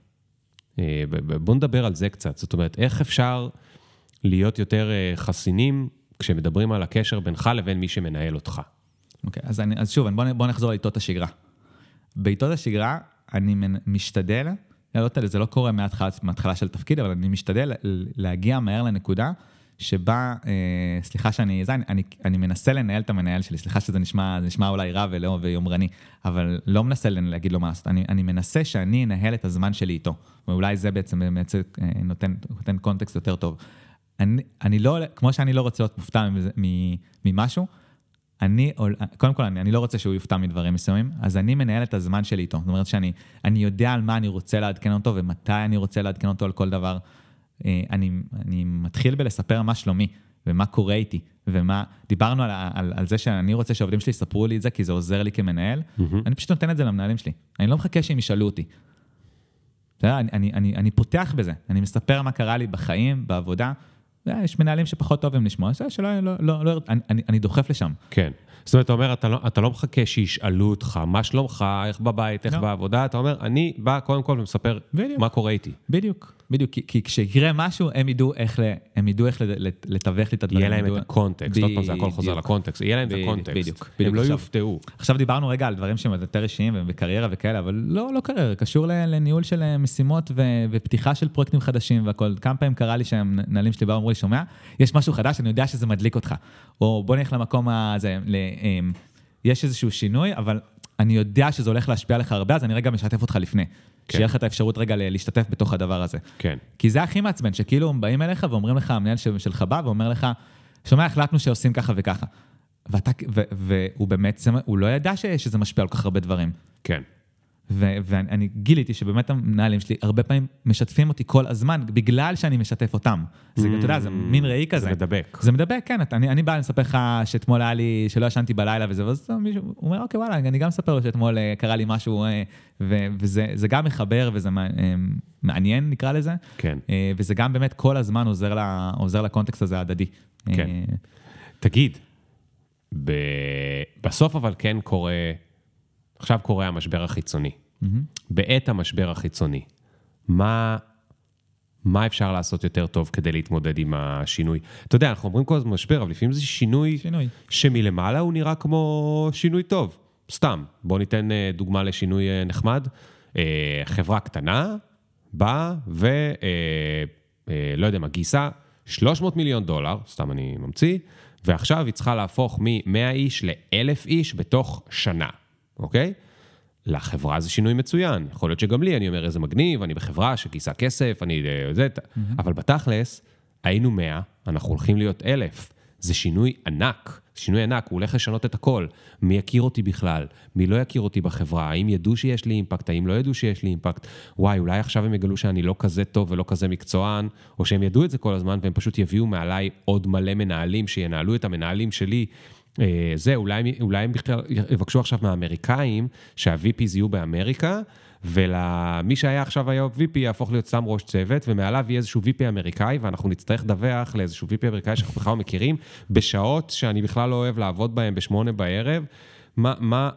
בוא נדבר על זה קצת. זאת אומרת, איך אפשר להיות יותר חסינים כשמדברים על הקשר בינך לבין מי שמנהל אותך? אוקיי, אז, אני, אז שוב, בוא, בוא נחזור לעיתות השגרה. בעיתות השגרה אני משתדל, לא, זה לא קורה מההתחלה, מההתחלה של תפקיד, אבל אני משתדל להגיע מהר לנקודה שבה, אה, סליחה שאני, זה, אני, אני מנסה לנהל את המנהל שלי, סליחה שזה נשמע, זה נשמע אולי רע ולא, ויומרני, אבל לא מנסה להגיד לו מה לעשות, אני, אני מנסה שאני אנהל את הזמן שלי איתו, ואולי זה בעצם, בעצם נותן, נותן קונטקסט יותר טוב. אני, אני לא, כמו שאני לא רוצה להיות מופתע ממשהו, אני, קודם כל, אני, אני לא רוצה שהוא יופתע מדברים מסוימים, אז אני מנהל את הזמן שלי איתו. זאת אומרת שאני, אני יודע על מה אני רוצה לעדכן אותו, ומתי אני רוצה לעדכן אותו על כל דבר. אני, אני מתחיל בלספר מה שלומי, ומה קורה איתי, ומה, דיברנו על, על, על זה שאני רוצה שהעובדים שלי יספרו לי את זה, כי זה עוזר לי כמנהל. Mm-hmm. אני פשוט נותן את זה למנהלים שלי. אני לא מחכה שהם ישאלו אותי. אני, אני, אני, אני פותח בזה. אני מספר מה קרה לי בחיים, בעבודה. יש מנהלים שפחות טובים לשמוע, זה שלא, לא, לא, לא, אני, אני דוחף לשם. כן. זאת אומרת, אתה אומר, אתה לא, אתה לא מחכה שישאלו אותך, מה שלומך, איך בבית, איך לא. בעבודה, אתה אומר, אני בא קודם כל ומספר בדיוק. מה קורה איתי. בדיוק. בדיוק, כי, כי כשיקרה משהו, הם ידעו איך, הם ידעו איך לתווך לי את הדברים. יהיה להם את הקונטקסט, עוד פעם זה הכל חוזר לקונטקסט, יהיה להם את הקונטקסט, בדיוק, הם לא יופתעו. עכשיו דיברנו רגע על דברים שהם יותר אישיים וקריירה וכאלה, אבל לא, לא קריירה, קשור לניהול של משימות ופתיחה של פרויקטים חדשים והכל. כמה פעמים קרה לי שהמנהלים שלי באו אמרו לי, שומע, יש משהו חדש, אני יודע שזה מדליק אותך. או בוא נלך למקום הזה, יש איזשהו שינוי, אבל אני יודע שזה הולך להשפיע עליך הרבה, אז אני רגע משתף אותך לפני. שיהיה לך את האפשרות רגע להשתתף בתוך הדבר הזה. כן. כי זה הכי מעצבן, שכאילו הם באים אליך ואומרים לך, המנהל שלך בא ואומר לך, שומע, החלטנו שעושים ככה וככה. ואתה, ו, והוא באמת, הוא לא ידע שזה משפיע על כך הרבה דברים. כן. ו, ואני גיליתי שבאמת המנהלים שלי הרבה פעמים משתפים אותי כל הזמן, בגלל שאני משתף אותם. זה, אתה יודע, זה מין ראי כזה. זה מדבק. זה מדבק, כן. אני, אני בא לספר לך שאתמול היה לי, שלא ישנתי בלילה וזה, ואז מישהו, הוא אומר, אוקיי, וואלה, אני גם אספר לו שאתמול קרה לי משהו, ו, וזה, זה גם מחבר, וזה מעניין, נקרא לזה. כן. וזה גם באמת כל הזמן עוזר, לה, עוזר לקונטקסט הזה ההדדי. כן. תגיד, ב... בסוף אבל כן קורה, עכשיו קורה המשבר החיצוני. Mm-hmm. בעת המשבר החיצוני, מה, מה אפשר לעשות יותר טוב כדי להתמודד עם השינוי? אתה יודע, אנחנו אומרים כל הזמן משבר, אבל לפעמים זה שינוי, שינוי. שמלמעלה הוא נראה כמו שינוי טוב. סתם, בוא ניתן דוגמה לשינוי נחמד. חברה קטנה באה ו... לא יודע מה, גייסה שלוש מאות מיליון דולר, סתם אני ממציא, ועכשיו היא צריכה להפוך מ-מאה איש ל-אלף איש בתוך שנה, אוקיי? לחברה זה שינוי מצוין. יכול להיות שגם לי, אני אומר איזה מגניב, אני בחברה שגייסה כסף, אני... זה, mm-hmm. אבל בתכלס, היינו מאה, אנחנו הולכים להיות אלף. זה שינוי ענק, שינוי ענק, הוא הולך לשנות את הכל. מי יכיר אותי בכלל? מי לא יכיר אותי בחברה? האם ידעו שיש לי אימפקט? האם לא ידעו שיש לי אימפקט? וואי, אולי עכשיו הם יגלו שאני לא כזה טוב ולא כזה מקצוען, או שהם ידעו את זה כל הזמן, והם פשוט יביאו מעליי עוד מלא מנהלים, שינהלו את המנהלים שלי. זה, אולי, אולי הם בכלל יבקשו עכשיו מהאמריקאים, שה-וי פי'ז יהיו באמריקה, ולמי שהיה עכשיו היה וי פי יהפוך להיות סתם ראש צוות, ומעליו יהיה איזשהו וי פי אמריקאי, ואנחנו נצטרך דווח לאיזשהו וי פי אמריקאי שאנחנו בכלל מכירים, בשעות שאני בכלל לא אוהב לעבוד בהם בשמונה בערב. מה, מה...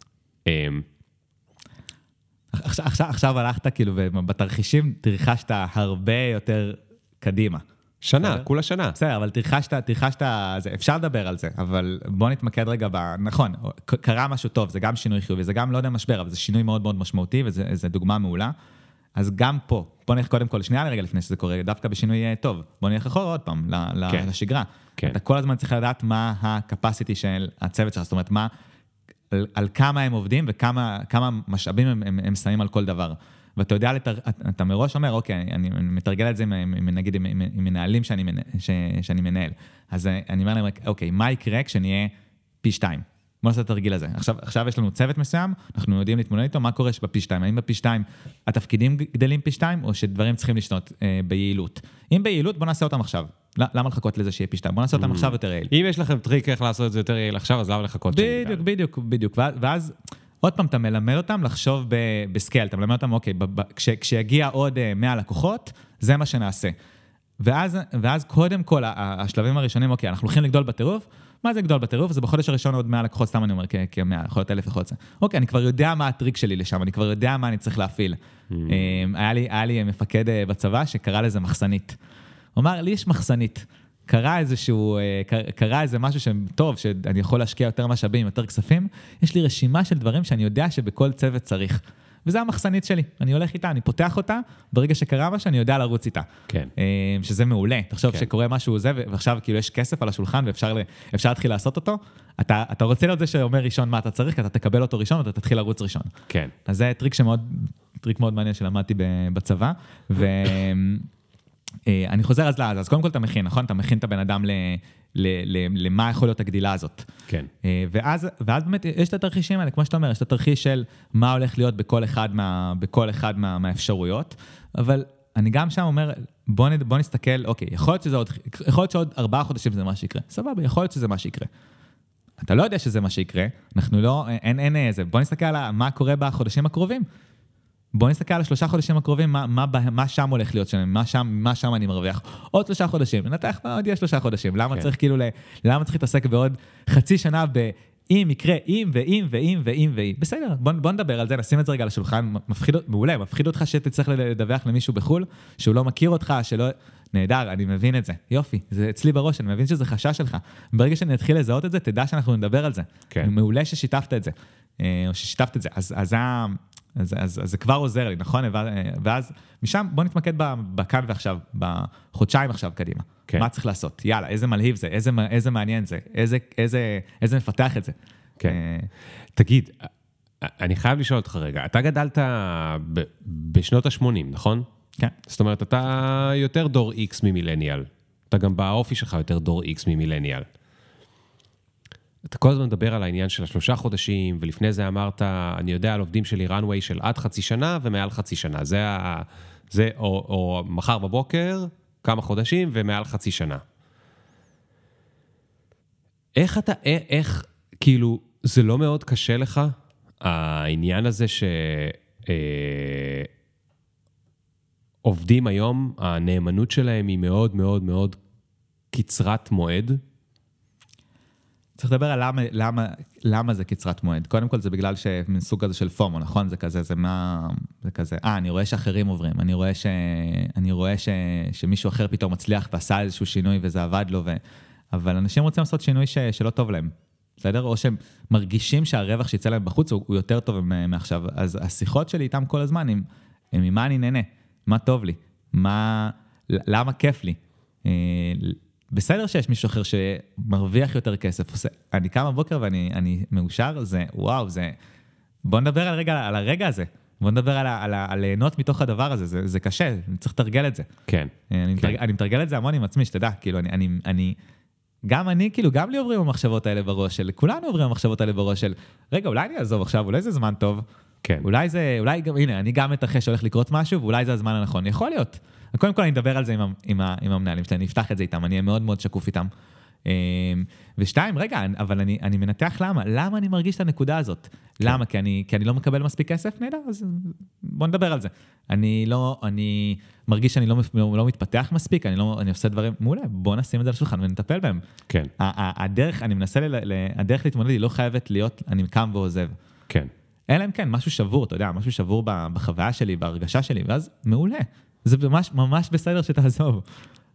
עכשיו, עכשיו, עכשיו הלכת כאילו, ובתרחישים תרחשת הרבה יותר קדימה. שנה, כולה שנה. בסדר, אבל תרחשת, תרחשת, אפשר לדבר על זה, אבל בוא נתמקד רגע ב... נכון, קרה משהו טוב, זה גם שינוי חיובי, זה גם לא יודע משבר, אבל זה שינוי מאוד מאוד משמעותי, וזה דוגמה מעולה. אז גם פה, בוא נלך קודם כל, שנייה לרגע לפני שזה קורה, דווקא בשינוי טוב, בוא נלך אחורה עוד פעם, לשגרה. אתה כל הזמן צריך לדעת מה הקפסיטי של הצוות שלך, זאת אומרת, מה, על כמה הם עובדים וכמה משאבים הם שמים על כל דבר. ואתה יודע, אתה מראש אומר, אוקיי, אני מתרגל את זה, נגיד, עם מנהלים שאני מנהל. אז אני אומר להם, אוקיי, מה יקרה כשנהיה פי שתיים? בוא נעשה את התרגיל הזה. עכשיו, עכשיו יש לנו צוות מסוים, אנחנו יודעים להתמודד איתו, מה קורה בפי שתיים? האם בפי שתיים התפקידים גדלים פי שתיים, או שדברים צריכים לשנות ביעילות? אם ביעילות, בוא נעשה אותם עכשיו. למה לחכות לזה שיהיה פי שתיים? בוא נעשה אותם עכשיו יותר יעיל. אם יש לכם טריק איך לעשות את זה יותר יעיל עכשיו, אז למה לחכות בדיוק, בדיוק, בדיוק. ואז עוד פעם, אתה מלמד אותם לחשוב בסקייל, אתה מלמד אותם, אוקיי, כשיגיע עוד מאה לקוחות, זה מה שנעשה. ואז, ואז קודם כל, השלבים הראשונים, אוקיי, אנחנו הולכים לגדול בטירוף, מה זה גדול בטירוף? זה בחודש הראשון עוד מאה לקוחות, סתם אני אומר, כמאה, יכול להיות אלף יכול להיות. אוקיי, אני כבר יודע מה הטריק שלי לשם, אני כבר יודע מה אני צריך להפעיל. היה לי, היה לי מפקד בצבא שקרא לזה מחסנית. הוא אמר, לי יש מחסנית. קרה איזשהו, קרה איזה משהו שטוב, שאני יכול להשקיע יותר משאבים, יותר כספים, יש לי רשימה של דברים שאני יודע שבכל צוות צריך. וזה המחסנית שלי. אני הולך איתה, אני פותח אותה, ברגע שקרה משהו, אני יודע לרוץ איתה. כן. שזה מעולה. תחשוב כן. שקורה משהו זה, ועכשיו כאילו יש כסף על השולחן, ואפשר אפשר להתחיל לעשות אותו. אתה, אתה רוצה להיות זה שאומר ראשון מה אתה צריך, כי אתה תקבל אותו ראשון, ואתה תתחיל לרוץ ראשון. כן. אז זה טריק שמאוד, טריק מאוד מעניין שלמדתי בצבא, ו... אני חוזר אז לאז, אז קודם כל אתה מכין, נכון? אתה מכין את הבן אדם ל, ל, ל, למה יכול להיות הגדילה הזאת. כן. ואז, ואז באמת יש את התרחישים האלה, כמו שאתה אומר, יש את התרחיש של מה הולך להיות בכל אחד, מה, בכל אחד מה, מהאפשרויות, אבל אני גם שם אומר, בוא, נ, בוא נסתכל, אוקיי, יכול להיות שזה עוד, יכול להיות שעוד ארבעה חודשים זה מה שיקרה. סבבה, יכול להיות שזה מה שיקרה. אתה לא יודע שזה מה שיקרה, אנחנו לא, אין, אין איזה, בוא נסתכל על מה קורה בחודשים הקרובים. בוא נסתכל על השלושה חודשים הקרובים, מה, מה, מה שם הולך להיות שם, מה שם, מה שם אני מרוויח. עוד שלושה חודשים, נתח מה עוד יש שלושה חודשים, למה כן. צריך כאילו, למה צריך להתעסק בעוד חצי שנה אם יקרה, אם ואם ואם ואם ואם. בסדר, בוא, בוא נדבר על זה, נשים את זה רגע על השולחן, מפחיד, מעולה, מפחיד אותך שתצטרך לדווח למישהו בחול, שהוא לא מכיר אותך, שלא... נהדר, אני מבין את זה. יופי, זה אצלי בראש, אני מבין שזה חשש שלך. ברגע שאני אתחיל לזהות את זה, תדע שאנחנו נדבר על זה. כן. מעולה ששיתפת את זה, או ששיתפת את זה. אז, אז, אז, אז, אז, אז זה כבר עוזר לי, נכון? ואז משם בוא נתמקד בכאן ועכשיו, בחודשיים עכשיו קדימה. כן. מה צריך לעשות? יאללה, איזה מלהיב זה, איזה, איזה מעניין זה, איזה, איזה, איזה מפתח את זה. כן. תגיד, אני חייב לשאול אותך רגע, אתה גדלת ב- בשנות ה-שמונים, נכון? כן. זאת אומרת, אתה יותר דור X ממילניאל. אתה גם באופי שלך יותר דור X ממילניאל. אתה כל הזמן מדבר על העניין של השלושה חודשים, ולפני זה אמרת, אני יודע על עובדים שלי runway של עד חצי שנה ומעל חצי שנה. זה, ה, זה או, או מחר בבוקר, כמה חודשים ומעל חצי שנה. איך אתה, איך, כאילו, זה לא מאוד קשה לך, העניין הזה ש... אה, עובדים היום, הנאמנות שלהם היא מאוד מאוד מאוד קצרת מועד. צריך לדבר על למה, למה, למה זה קצרת מועד. קודם כל זה בגלל שמסוג הזה של פומו, נכון? זה כזה, זה מה, זה כזה, אה, אני רואה שאחרים עוברים, אני רואה ש, אני רואה ש, שמישהו אחר פתאום מצליח ועשה איזשהו שינוי וזה עבד לו, ו... אבל אנשים רוצים לעשות שינוי ש, שלא טוב להם. בסדר? או שהם מרגישים שהרווח שיצא להם בחוץ הוא, הוא יותר טוב מעכשיו. אז השיחות שלי איתם כל הזמן הם, הם ממה אני נהנה. מה טוב לי? מה, למה כיף לי? בסדר שיש מישהו אחר שמרוויח יותר כסף. אני קם בבוקר ואני אני מאושר, זה וואו, זה... בוא נדבר על, רגע, על הרגע הזה. בוא נדבר על, על, על ליהנות מתוך הדבר הזה. זה, זה קשה, אני צריך לתרגל את זה. כן. אני, כן. מתרגל, אני מתרגל את זה המון עם עצמי, שתדע, כאילו, אני, אני, אני, גם אני, כאילו, גם לי עוברים המחשבות האלה בראש של, כולנו עוברים המחשבות האלה בראש של, רגע, אולי אני אעזוב עכשיו, אולי זה זמן טוב. כן. אולי זה, אולי גם, הנה, אני גם מתרחש שהולך לקרות משהו, ואולי זה הזמן הנכון. יכול להיות. קודם כל אני אדבר על זה עם, עם, עם המנהלים שלי, אני אפתח את זה איתם, אני אהיה מאוד מאוד שקוף איתם. ושתיים, רגע, אבל אני, אני מנתח למה, למה אני מרגיש את הנקודה הזאת? כן. למה? כי אני, כי אני לא מקבל מספיק כסף? נדע, אז בוא נדבר על זה. אני לא, אני מרגיש שאני לא, לא, לא מתפתח מספיק, אני לא, אני עושה דברים, מעולה, בוא נשים את זה על השולחן ונטפל בהם. כן. הדרך, אני מנסה, ל, ל, הדרך להתמודד היא לא חייבת להיות, אני קם ועוזב. כן. אלא אם כן, משהו שבור, אתה יודע, משהו שבור בחוויה שלי, בהרגשה שלי, ואז מעולה. זה ממש, ממש בסדר שתעזוב.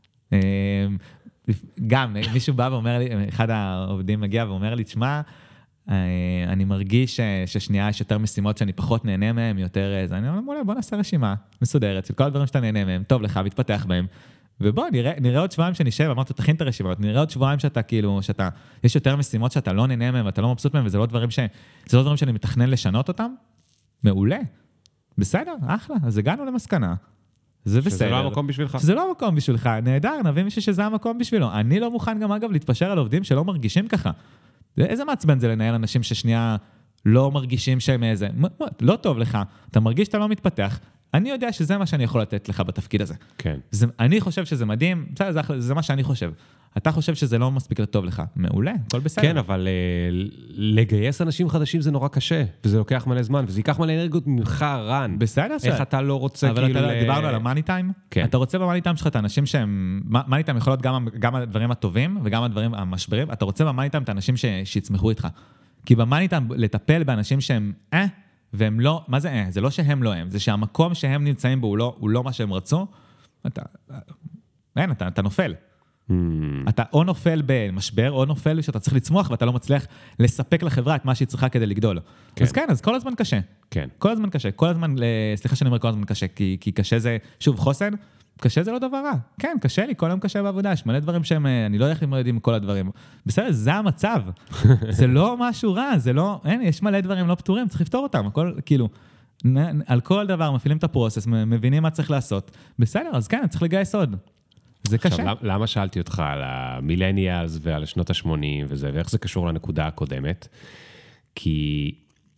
גם, מישהו בא ואומר לי, אחד העובדים מגיע ואומר לי, תשמע, אני מרגיש ששנייה יש יותר משימות שאני פחות נהנה מהם, יותר זה, אני אומר, מעולה, בוא נעשה רשימה מסודרת של כל הדברים שאתה נהנה מהם, טוב לך, מתפתח בהם, ובוא, נראה, נראה עוד שבועיים שנשב, אמרת, תכין את הרשימות, נראה עוד שבועיים שאתה כאילו, שאתה, יש יותר משימות שאתה לא נהנה מהם, ואתה לא מבסוט מהם, וזה לא דברים ש, זה לא דברים שאני מתכנן לשנות אותם, מעולה. בסדר, אחלה, אז הגענו למסקנה. זה בסדר. שזה לא המקום בשבילך. שזה לא המקום בשבילך, נהדר, נביא מישהו שזה המקום בשבילו. אני לא מוכן גם אגב להתפשר על עובדים שלא מרגישים ככה. איזה מעצבן זה לנהל אנשים ששנייה לא מרגישים שהם איזה, לא טוב לך, אתה מרגיש שאתה לא מתפתח, אני יודע שזה מה שאני יכול לתת לך בתפקיד הזה. כן. זה, אני חושב שזה מדהים, זה, זה, זה מה שאני חושב. אתה חושב שזה לא מספיק לטוב לך. מעולה, הכל בסדר. כן, אבל uh, לגייס אנשים חדשים זה נורא קשה, וזה לוקח מלא זמן, וזה ייקח מלא אנרגיות ממך, רן. בסדר. איך אתה לא רוצה אבל כאילו... אבל אתה, דיברנו על המאני טיים. כן. אתה רוצה במאני טיים שלך את האנשים שהם... מאני טיים יכול להיות גם, גם הדברים הטובים, וגם הדברים המשברים. אתה רוצה במאני טיים את האנשים ש, שיצמחו איתך. כי במאני טיים לטפל באנשים שהם אה, והם לא... מה זה אה? זה לא שהם לא הם, זה שהמקום שהם נמצאים בו הוא לא, הוא לא מה שהם רצו. אתה... אין, אתה, אתה נופל. אתה או נופל במשבר, או נופל שאתה צריך לצמוח, ואתה לא מצליח לספק לחברה את מה שהיא צריכה כדי לגדול. אז כן, אז כל הזמן קשה. כן. כל הזמן קשה. כל הזמן, סליחה שאני אומר כל הזמן קשה, כי, כי קשה זה, שוב, חוסן, קשה זה לא דבר רע. כן, קשה לי, כל היום קשה בעבודה, יש מלא דברים שהם, אני לא הולך להתמודד עם כל הדברים. בסדר, זה המצב. זה לא משהו רע, זה לא, אין, יש מלא דברים לא פתורים, צריך לפתור אותם. הכל, כאילו, על כל דבר מפעילים את הפרוסס, מבינים מה צריך לעשות. בסדר, אז כן, צריך לגייס עוד. זה קשה. עכשיו, למה שאלתי אותך על המילניאלס ועל שנות ה-שמונים וזה, ואיך זה קשור לנקודה הקודמת? כי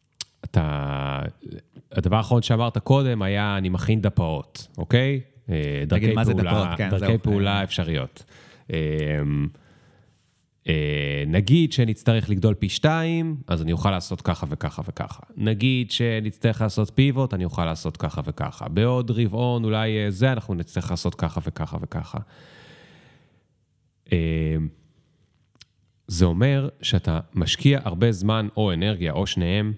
אתה, הדבר האחרון שאמרת קודם היה, אני מכין דפאות, אוקיי? תגיד מה זה דפאות, כן. דרכי פעולה אפשריות. נגיד שנצטרך לגדול פי שתיים, אז אני אוכל לעשות ככה וככה וככה. נגיד שנצטרך לעשות פיבוט, אני אוכל לעשות ככה וככה. בעוד רבעון, אולי זה, אנחנו נצטרך לעשות ככה וככה וככה. זה אומר שאתה משקיע הרבה זמן או אנרגיה או שניהם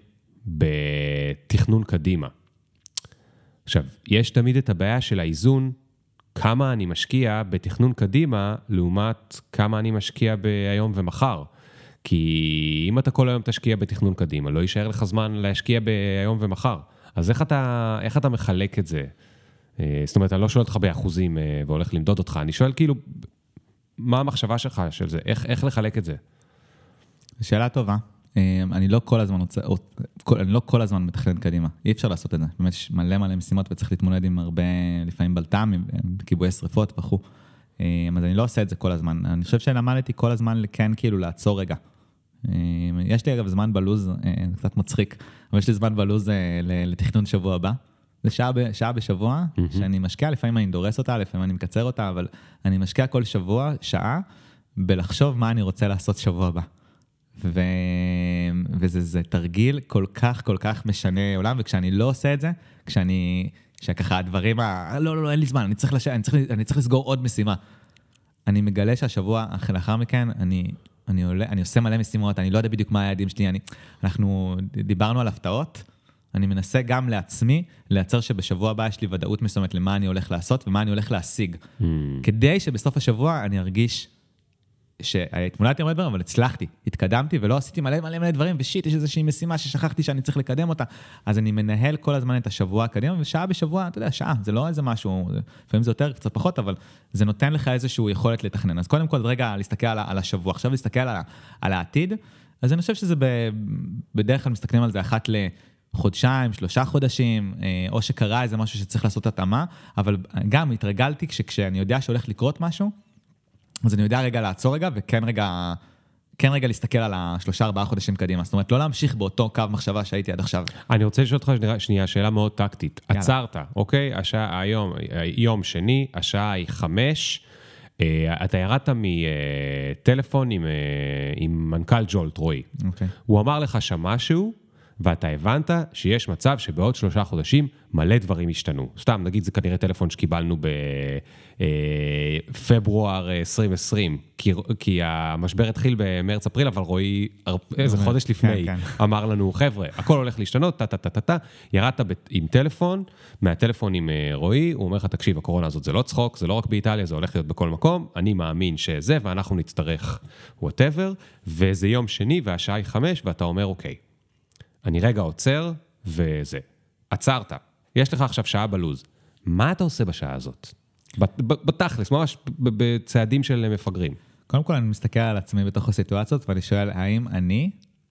בתכנון קדימה. עכשיו, יש תמיד את הבעיה של האיזון, כמה אני משקיע בתכנון קדימה, לעומת כמה אני משקיע בהיום ומחר. כי אם אתה כל היום תשקיע בתכנון קדימה, לא יישאר לך זמן להשקיע בהיום ומחר. אז איך אתה, איך אתה מחלק את זה? זאת אומרת, אני לא שואל אותך באחוזים והולך למדוד אותך, אני שואל כאילו, מה המחשבה שלך של זה? איך, איך לחלק את זה? שאלה טובה. אני לא כל הזמן, אני לא כל הזמן מתכנן קדימה. אי אפשר לעשות את זה. באמת יש מלא מלא משימות וצריך להתמודד עם הרבה, לפעמים בלטם, כיבוי שריפות וכו'. אז אני לא עושה את זה כל הזמן. אני חושב שלמדתי כל הזמן כן כאילו לעצור רגע. יש לי אגב זמן בלוז, זה קצת מצחיק, אבל יש לי זמן בלוז לתכנון שבוע הבא. זה שעה, שעה בשבוע, mm-hmm. שאני משקיע, לפעמים אני דורס אותה, לפעמים אני מקצר אותה, אבל אני משקיע כל שבוע, שעה, בלחשוב מה אני רוצה לעשות שבוע הבא. ו... וזה זה תרגיל כל כך, כל כך משנה עולם, וכשאני לא עושה את זה, כשאני, כשככה הדברים, ה... לא, לא, לא, אין לי זמן, אני צריך, לש... אני צריך, אני צריך לסגור עוד משימה. אני מגלה שהשבוע, לאחר מכן, אני, אני, עולה, אני עושה מלא משימות, אני לא יודע בדיוק מה היעדים שלי, אני, אנחנו דיברנו על הפתעות, אני מנסה גם לעצמי, לייצר שבשבוע הבא יש לי ודאות מסוימת למה אני הולך לעשות, ומה אני הולך להשיג. Mm. כדי שבסוף השבוע אני ארגיש שהתמודדתי הרבה דברים, אבל הצלחתי, התקדמתי, ולא עשיתי מלא מלא מלא דברים, ושיט, יש איזושהי משימה ששכחתי שאני צריך לקדם אותה. אז אני מנהל כל הזמן את השבוע הקדימה, ושעה בשבוע, אתה יודע, שעה, זה לא איזה משהו, לפעמים זה יותר, קצת פחות, אבל זה נותן לך איזשהו יכולת לתכנן. אז קודם כל, רגע, להסתכל על, על השבוע, עכשיו להסתכל על, על העתיד, אז אני חושב שזה ב, בדרך כלל מסתכלים על זה אחת ל... חודשיים, שלושה חודשים, או שקרה איזה משהו שצריך לעשות התאמה, אבל גם התרגלתי כשאני יודע שהולך לקרות משהו, אז אני יודע רגע לעצור רגע, וכן רגע, כן רגע להסתכל על השלושה, ארבעה חודשים קדימה. זאת אומרת, לא להמשיך באותו קו מחשבה שהייתי עד עכשיו. אני רוצה לשאול אותך שנייה, שאלה מאוד טקטית. עצרת, אוקיי? השעה, היום, יום שני, השעה היא חמש, אתה ירדת מטלפון עם, עם מנכ"ל ג'ולט, רועי. אוקיי. הוא אמר לך שם משהו, ואתה הבנת שיש מצב שבעוד שלושה חודשים מלא דברים השתנו. סתם, נגיד, זה כנראה טלפון שקיבלנו בפברואר עשרים עשרים, כי, כי המשבר התחיל במרץ אפריל, אבל רועי, איזה חודש לפני, כן, כן. אמר לנו, חבר'ה, הכל הולך להשתנות, טה, טה, טה, טה, טה, ירדת עם טלפון, מהטלפון עם רועי, הוא אומר לך, תקשיב, הקורונה הזאת זה לא צחוק, זה לא רק באיטליה, זה הולך להיות בכל מקום, אני מאמין שזה, ואנחנו נצטרך whatever, וזה יום שני, והשעה היא חמש, ואתה אומר, אוקיי. אני רגע עוצר, וזה. עצרת. יש לך עכשיו שעה בלוז. מה אתה עושה בשעה הזאת? בתכלס, ממש בצעדים של מפגרים. קודם כל, אני מסתכל על עצמי בתוך הסיטואציות, ואני שואל, האם אני,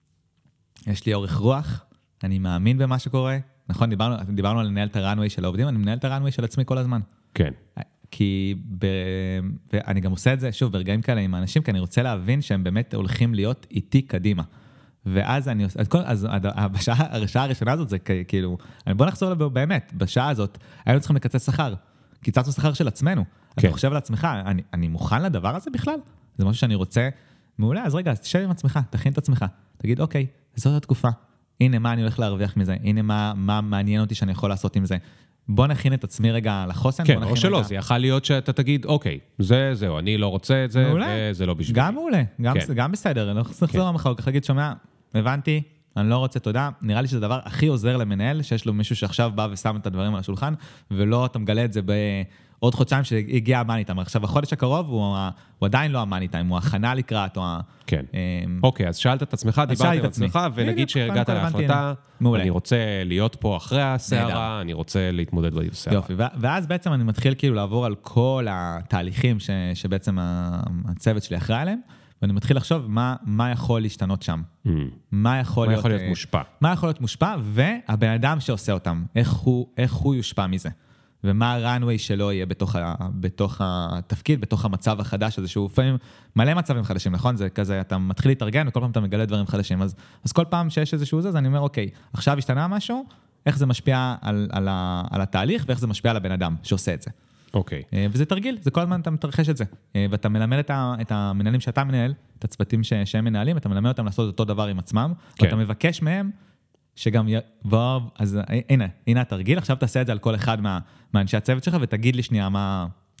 יש לי אורך רוח, אני מאמין במה שקורה? נכון, דיברנו, דיברנו על לנהל את הרנווי של העובדים, אני מנהל את הרנווי של עצמי כל הזמן. כן. כי ב... ואני גם עושה את זה, שוב, ברגעים כאלה עם האנשים, כי אני רוצה להבין שהם באמת הולכים להיות איתי קדימה. ואז אני עושה, אז, כל, אז בשעה, השעה הראשונה הזאת זה כאילו, בוא נחזור לזה באמת, בשעה הזאת היינו צריכים לקצץ שכר, קיצצנו שכר של עצמנו. כן. אתה חושב על עצמך, אני, אני מוכן לדבר הזה בכלל? זה משהו שאני רוצה, מעולה, אז רגע, אז תשב עם עצמך, תכין את עצמך, תגיד, אוקיי, זאת התקופה, הנה מה אני הולך להרוויח מזה, הנה מה, מה מעניין אותי שאני יכול לעשות עם זה. בוא נכין את עצמי רגע לחוסן. כן, או שלא, רגע... זה יכול להיות שאתה תגיד, אוקיי, זה, זהו, אני לא רוצה את זה, מעולה. וזה לא בשביל. גם מעולה, גם, כן. גם בסדר, אני לא צריך לחזור למחר, כך להגיד, שומע, הבנתי, אני לא רוצה תודה, נראה לי שזה דבר הכי עוזר למנהל, שיש לו מישהו שעכשיו בא ושם את הדברים על השולחן, ולא אתה מגלה את זה בעוד חודשיים שהגיע המאניטיים. עכשיו, החודש הקרוב הוא, הוא עדיין לא המאניטיים, הוא הכנה לקראת, או... כן. אוקיי, אז שאלת את עצמך, דיברת עם עצמך, ונגיד שהרגעת להחלטה, אני רוצה להיות פה אחרי הסערה, אני רוצה להתמודד בסערה. יופי, ואז בעצם אני מתחיל כאילו לעבור על כל התהליכים שבעצם הצוות שלי אחראי עליהם, ואני מתחיל לחשוב מה, מה יכול להשתנות שם. Mm. מה יכול, מה להיות, יכול להיות מושפע. מה יכול להיות מושפע, והבן אדם שעושה אותם, איך הוא, איך הוא יושפע מזה. ומה הרנווי שלו יהיה בתוך, ה, בתוך התפקיד, בתוך המצב החדש הזה, שהוא לפעמים מלא מצבים חדשים, נכון? זה כזה, אתה מתחיל להתארגן, וכל פעם אתה מגלה דברים חדשים. אז, אז כל פעם שיש איזשהו זה, אז אני אומר, אוקיי, עכשיו השתנה משהו, איך זה משפיע על, על, ה, על התהליך, ואיך זה משפיע על הבן אדם שעושה את זה. אוקיי. וזה תרגיל, זה כל הזמן אתה מתרחש את זה. ואתה מלמד את המנהלים שאתה מנהל, את הצוותים שהם מנהלים, אתה מלמד אותם לעשות אותו דבר עם עצמם, ואתה מבקש מהם שגם יבוא, אז הנה, הנה התרגיל, עכשיו תעשה את זה על כל אחד מהאנשי הצוות שלך, ותגיד לי שנייה מה...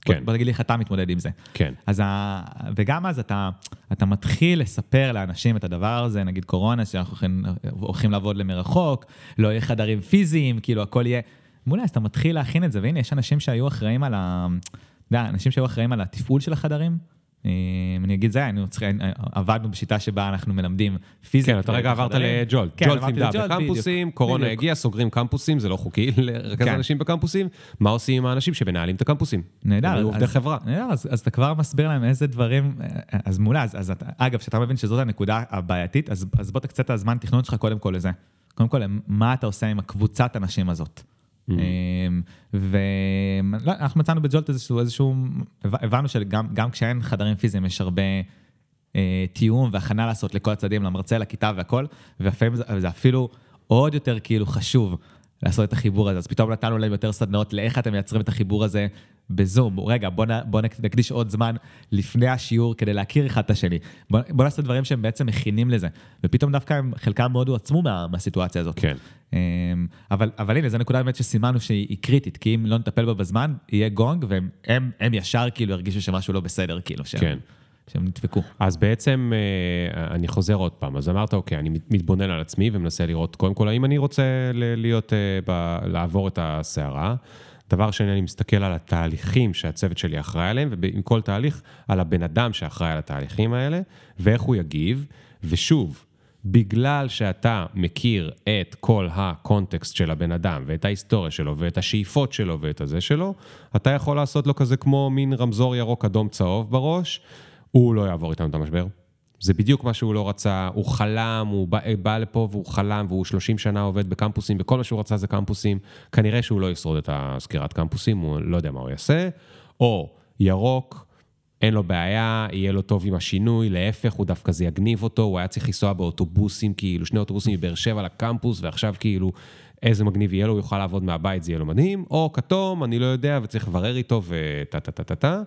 כן. בוא נגיד לי איך אתה מתמודד עם זה. כן. אז ה... וגם אז אתה, אתה מתחיל לספר לאנשים את הדבר הזה, נגיד קורונה, שאנחנו הולכים, הולכים לעבוד למרחוק, לא יהיה חדרים פיזיים, כאילו הכל יהיה... מולה, אז אתה מתחיל להכין את זה, והנה, יש אנשים שהיו אחראים על ה... יודע, אנשים שהיו אחראים על התפעול של החדרים, אני אגיד זה, עבדנו בשיטה שבה אנחנו מלמדים פיזית. כן, אתה רגע עברת לג'ולט. ג'ולט לימדה בקמפוסים, קורונה הגיע, סוגרים קמפוסים, זה לא חוקי לרכז אנשים בקמפוסים, מה עושים עם האנשים שמנהלים את הקמפוסים? נהדר. עובדי חברה. נהדר, אז אתה כבר מסביר להם איזה דברים, אז מולה, אז אגב, שאתה מבין שזאת הנקודה הבעייתית, אז בוא תקצת את הזמן תכנון שלך קודם כל לזה. קודם כל, מה אתה עושה עם הקבוצת אנשים הזאת? ואנחנו מצאנו בג'ולט איזשהו, הבנו שגם כשאין חדרים פיזיים יש הרבה תיאום והכנה לעשות לכל הצדדים, למרצה, לכיתה והכל, ולפעמים זה אפילו עוד יותר כאילו חשוב לעשות את החיבור הזה, אז פתאום נתנו להם יותר סדנאות לאיך אתם מייצרים את החיבור הזה בזום. רגע, בוא, בוא נקדיש עוד זמן לפני השיעור כדי להכיר אחד את השני. בוא, בוא נעשה דברים שהם בעצם מכינים לזה, ופתאום דווקא הם, חלקם מאוד הועצמו מה, מהסיטואציה הזאת. כן. אבל, אבל הנה, זו נקודה באמת שסימנו שהיא קריטית, כי אם לא נטפל בה בזמן, יהיה גונג, והם הם, הם ישר כאילו הרגישו שמשהו לא בסדר, כאילו, שהם, כן. שהם נדפקו. אז בעצם אני חוזר עוד פעם, אז אמרת, אוקיי, אני מתבונן על עצמי ומנסה לראות, קודם כל, האם אני רוצה להיות, לעבור את הסערה. דבר שני, אני מסתכל על התהליכים שהצוות שלי אחראי עליהם, ועם כל תהליך, על הבן אדם שאחראי על התהליכים האלה, ואיך הוא יגיב, ושוב, בגלל שאתה מכיר את כל הקונטקסט של הבן אדם, ואת ההיסטוריה שלו, ואת השאיפות שלו, ואת הזה שלו, אתה יכול לעשות לו כזה כמו מין רמזור ירוק אדום צהוב בראש, הוא לא יעבור איתנו את המשבר. זה בדיוק מה שהוא לא רצה, הוא חלם, הוא בא, בא לפה והוא חלם, והוא שלושים שנה עובד בקמפוסים, וכל מה שהוא רצה זה קמפוסים, כנראה שהוא לא ישרוד את הסקירת קמפוסים, הוא לא יודע מה הוא יעשה, או ירוק, אין לו בעיה, יהיה לו טוב עם השינוי, להפך, הוא דווקא זה יגניב אותו, הוא היה צריך לנסוע באוטובוסים, כאילו שני אוטובוסים מבאר שבע לקמפוס, ועכשיו כאילו איזה מגניב יהיה לו, הוא יוכל לעבוד מהבית, זה יהיה לו מדהים, או כתום, אני לא יודע, וצריך לברר איתו, וטה-טה-טה-טה.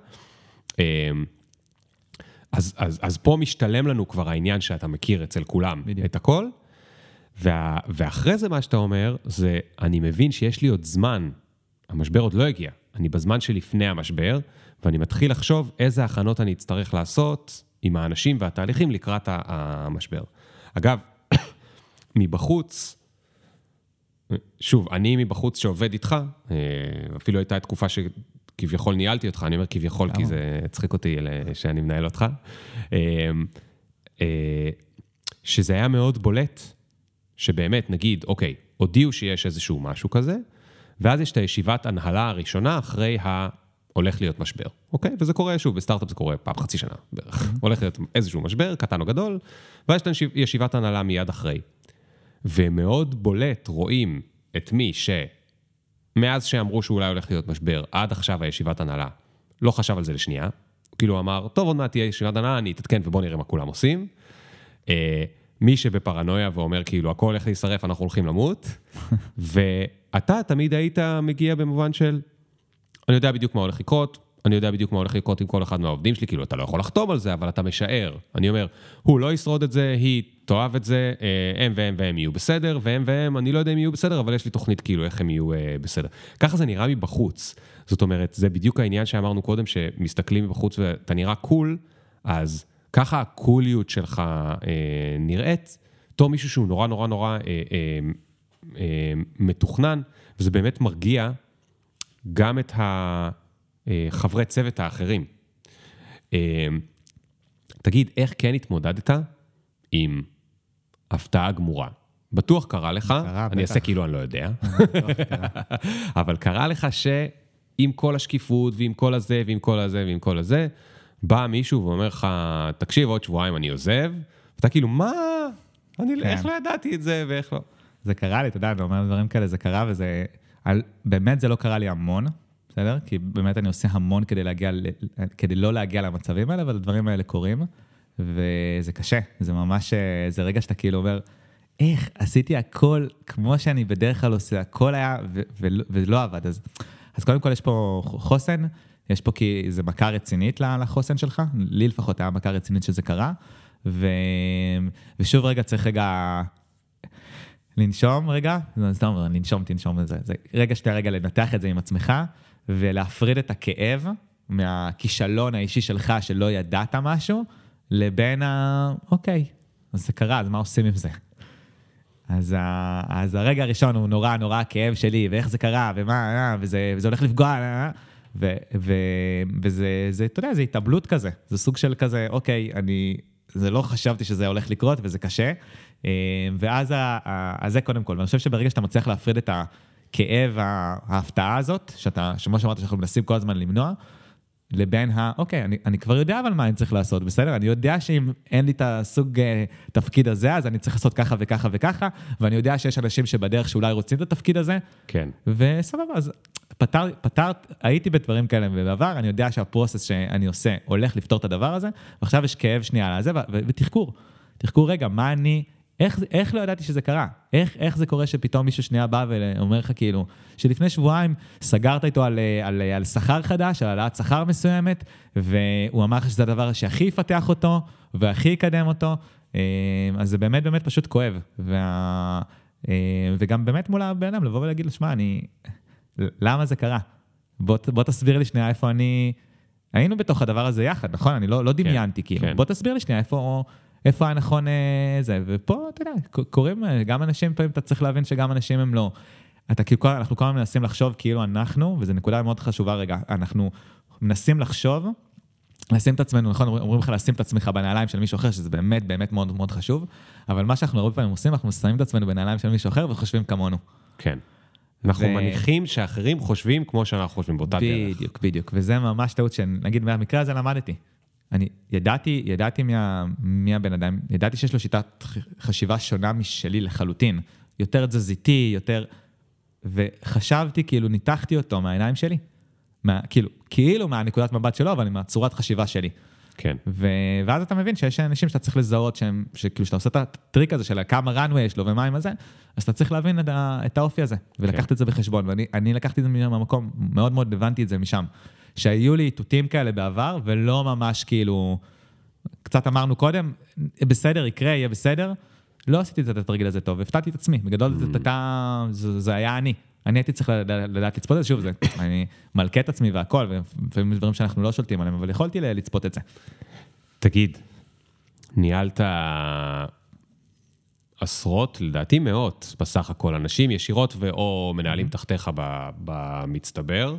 אז, אז, אז פה משתלם לנו כבר העניין שאתה מכיר אצל כולם בדיוק. את הכל, וה, ואחרי זה מה שאתה אומר, זה אני מבין שיש לי עוד זמן, המשבר עוד לא הגיע, אני בזמן שלפני המשבר, ואני מתחיל לחשוב איזה הכנות אני אצטרך לעשות עם האנשים והתהליכים לקראת המשבר. אגב, מבחוץ, שוב, אני מבחוץ שעובד איתך, אפילו הייתה תקופה ש... כביכול ניהלתי אותך, אני אומר כביכול, כי זה הצחיק אותי שאני מנהל אותך, שזה היה מאוד בולט, שבאמת, נגיד, אוקיי, הודיעו שיש איזשהו משהו כזה, ואז יש את הישיבת הנהלה הראשונה אחרי ה... הולך להיות משבר, אוקיי? וזה קורה, שוב, בסטארט-אפ זה קורה פעם חצי שנה בערך. הולך להיות איזשהו משבר, קטן או גדול, ואז יש ישיבת הנהלה מיד אחרי. ומאוד בולט רואים את מי ש... מאז שאמרו שאולי הולך להיות משבר, עד עכשיו הישיבת הנהלה, לא חשב על זה לשנייה, כאילו אמר, טוב, עוד מעט תהיה ישיבת הנהלה, אני אתעדכן ובוא נראה מה כולם עושים. מי שבפרנויה ואומר, כאילו, הכל הולך להישרף, אנחנו הולכים למות, ואתה תמיד היית מגיע במובן של, אני יודע בדיוק מה הולך לקרות, אני יודע בדיוק מה הולך לקרות עם כל אחד מהעובדים שלי, כאילו, אתה לא יכול לחתום על זה, אבל אתה משער. אני אומר, הוא לא ישרוד את זה, היא תאהב את זה, הם והם והם יהיו בסדר, והם והם, אני לא יודע אם יהיו בסדר, אבל יש לי תוכנית כאילו איך הם יהיו בסדר. ככה זה נראה מבחוץ. זאת אומרת, זה בדיוק העניין שאמרנו קודם, שמסתכלים מבחוץ ואתה נראה קול, אז ככה הקוליות שלך נראית, תור מישהו שהוא נורא נורא נורא מתוכנן, וזה באמת מרגיע גם את ה... חברי צוות האחרים. תגיד, איך כן התמודדת עם הפתעה גמורה? בטוח קרה לך, אני אעשה כאילו אני לא יודע, אבל קרה לך שעם כל השקיפות, ועם כל הזה, ועם כל הזה, ועם כל הזה, בא מישהו ואומר לך, תקשיב, עוד שבועיים אני עוזב, ואתה כאילו, מה? אני איך לא ידעתי את זה, ואיך לא? זה קרה לי, אתה יודע, אני אומר דברים כאלה, זה קרה, וזה, באמת זה לא קרה לי המון, בסדר? כי באמת אני עושה המון כדי להגיע, כדי לא להגיע למצבים האלה, אבל הדברים האלה קורים, וזה קשה. זה ממש, זה רגע שאתה כאילו אומר, איך עשיתי הכל כמו שאני בדרך כלל עושה, הכל היה ו- ו- ולא עבד. אז, אז קודם כל יש פה חוסן, יש פה כי זה מכה רצינית לחוסן שלך, לי לפחות היה מכה רצינית שזה קרה, ו- ושוב רגע צריך רגע... לנשום רגע, סתם לנשום, תנשום את זה. זה רגע שאתה רגע לנתח את זה עם עצמך, ולהפריד את הכאב מהכישלון האישי שלך שלא ידעת משהו, לבין ה... אוקיי, אז זה קרה, אז מה עושים עם זה? אז, ה... אז הרגע הראשון הוא נורא נורא הכאב שלי, ואיך זה קרה, ומה, וזה, וזה הולך לפגוע, ו... ו... וזה, זה, אתה יודע, זה התאבלות כזה, זה סוג של כזה, אוקיי, אני... זה לא חשבתי שזה הולך לקרות, וזה קשה, ואז ה... אז זה קודם כל, ואני חושב שברגע שאתה מצליח להפריד את הכאב, ההפתעה הזאת, שאתה, שמו שאמרת שאנחנו מנסים כל הזמן למנוע, לבין ה, אוקיי, אני, אני כבר יודע אבל מה אני צריך לעשות, בסדר? אני יודע שאם אין לי את הסוג תפקיד הזה, אז אני צריך לעשות ככה וככה וככה, ואני יודע שיש אנשים שבדרך שאולי רוצים את התפקיד הזה, כן. וסבבה, אז פתר, פתרת, הייתי בדברים כאלה בעבר, אני יודע שהפרוסס שאני עושה הולך לפתור את הדבר הזה, ועכשיו יש כאב שנייה על זה, ותחקור, תחקור רגע, מה אני... איך, איך לא ידעתי שזה קרה? איך, איך זה קורה שפתאום מישהו שנייה בא ואומר לך כאילו, שלפני שבועיים סגרת איתו על, על, על שכר חדש, על העלאת שכר מסוימת, והוא אמר לך שזה הדבר שהכי יפתח אותו, והכי יקדם אותו, אז זה באמת באמת פשוט כואב. וה, וגם באמת מול הבן אדם לבוא ולהגיד לו, שמע, אני, למה זה קרה? בוא, בוא תסביר לי שנייה איפה אני, היינו בתוך הדבר הזה יחד, נכון? אני לא, לא דמיינתי כאילו. כן. בוא תסביר לי שנייה איפה... איפה היה נכון זה, ופה, אתה יודע, קוראים, גם אנשים פעמים, אתה צריך להבין שגם אנשים הם לא. אתה, כאילו, אנחנו כל הזמן מנסים לחשוב כאילו אנחנו, וזו נקודה מאוד חשובה רגע, אנחנו מנסים לחשוב, לשים את עצמנו, נכון, אומרים לך לשים את עצמך בנעליים של מישהו אחר, שזה באמת, באמת מאוד מאוד חשוב, אבל מה שאנחנו הרבה פעמים עושים, אנחנו שמים את עצמנו בנעליים של מישהו אחר, וחושבים כמונו. כן. אנחנו ו... מניחים שאחרים חושבים כמו שאנחנו חושבים באותה דרך. בדיוק, בדיוק, וזה ממש טעות שנגיד, מהמקרה הזה למדתי. אני ידעתי, ידעתי מי, מי הבן אדם, ידעתי שיש לו שיטת חשיבה שונה משלי לחלוטין, יותר תזזיתי, יותר, וחשבתי, כאילו, ניתחתי אותו מהעיניים שלי, מה, כאילו, כאילו מהנקודת מבט שלו, אבל עם הצורת חשיבה שלי. כן. ו, ואז אתה מבין שיש אנשים שאתה צריך לזהות, שהם, שכאילו, שאתה עושה את הטריק הזה של כמה runway יש לו ומה עם הזה, אז אתה צריך להבין את, את האופי הזה, ולקחת כן. את זה בחשבון, ואני אני לקחתי את זה מהמקום, מאוד מאוד הבנתי את זה משם. שהיו לי איתותים כאלה בעבר, ולא ממש כאילו, קצת אמרנו קודם, בסדר, יקרה, יהיה בסדר, לא עשיתי את התרגיל הזה טוב, הפתעתי את עצמי, בגדול זה, אתה, זה, זה היה אני, אני הייתי צריך לדעת לצפות את זה, שוב, זה, אני מלכה את עצמי והכל, ולפעמים דברים שאנחנו לא שולטים עליהם, אבל יכולתי לצפות את זה. תגיד, ניהלת עשרות, לדעתי מאות, בסך הכל, אנשים ישירות ואו מנהלים תחתיך במצטבר,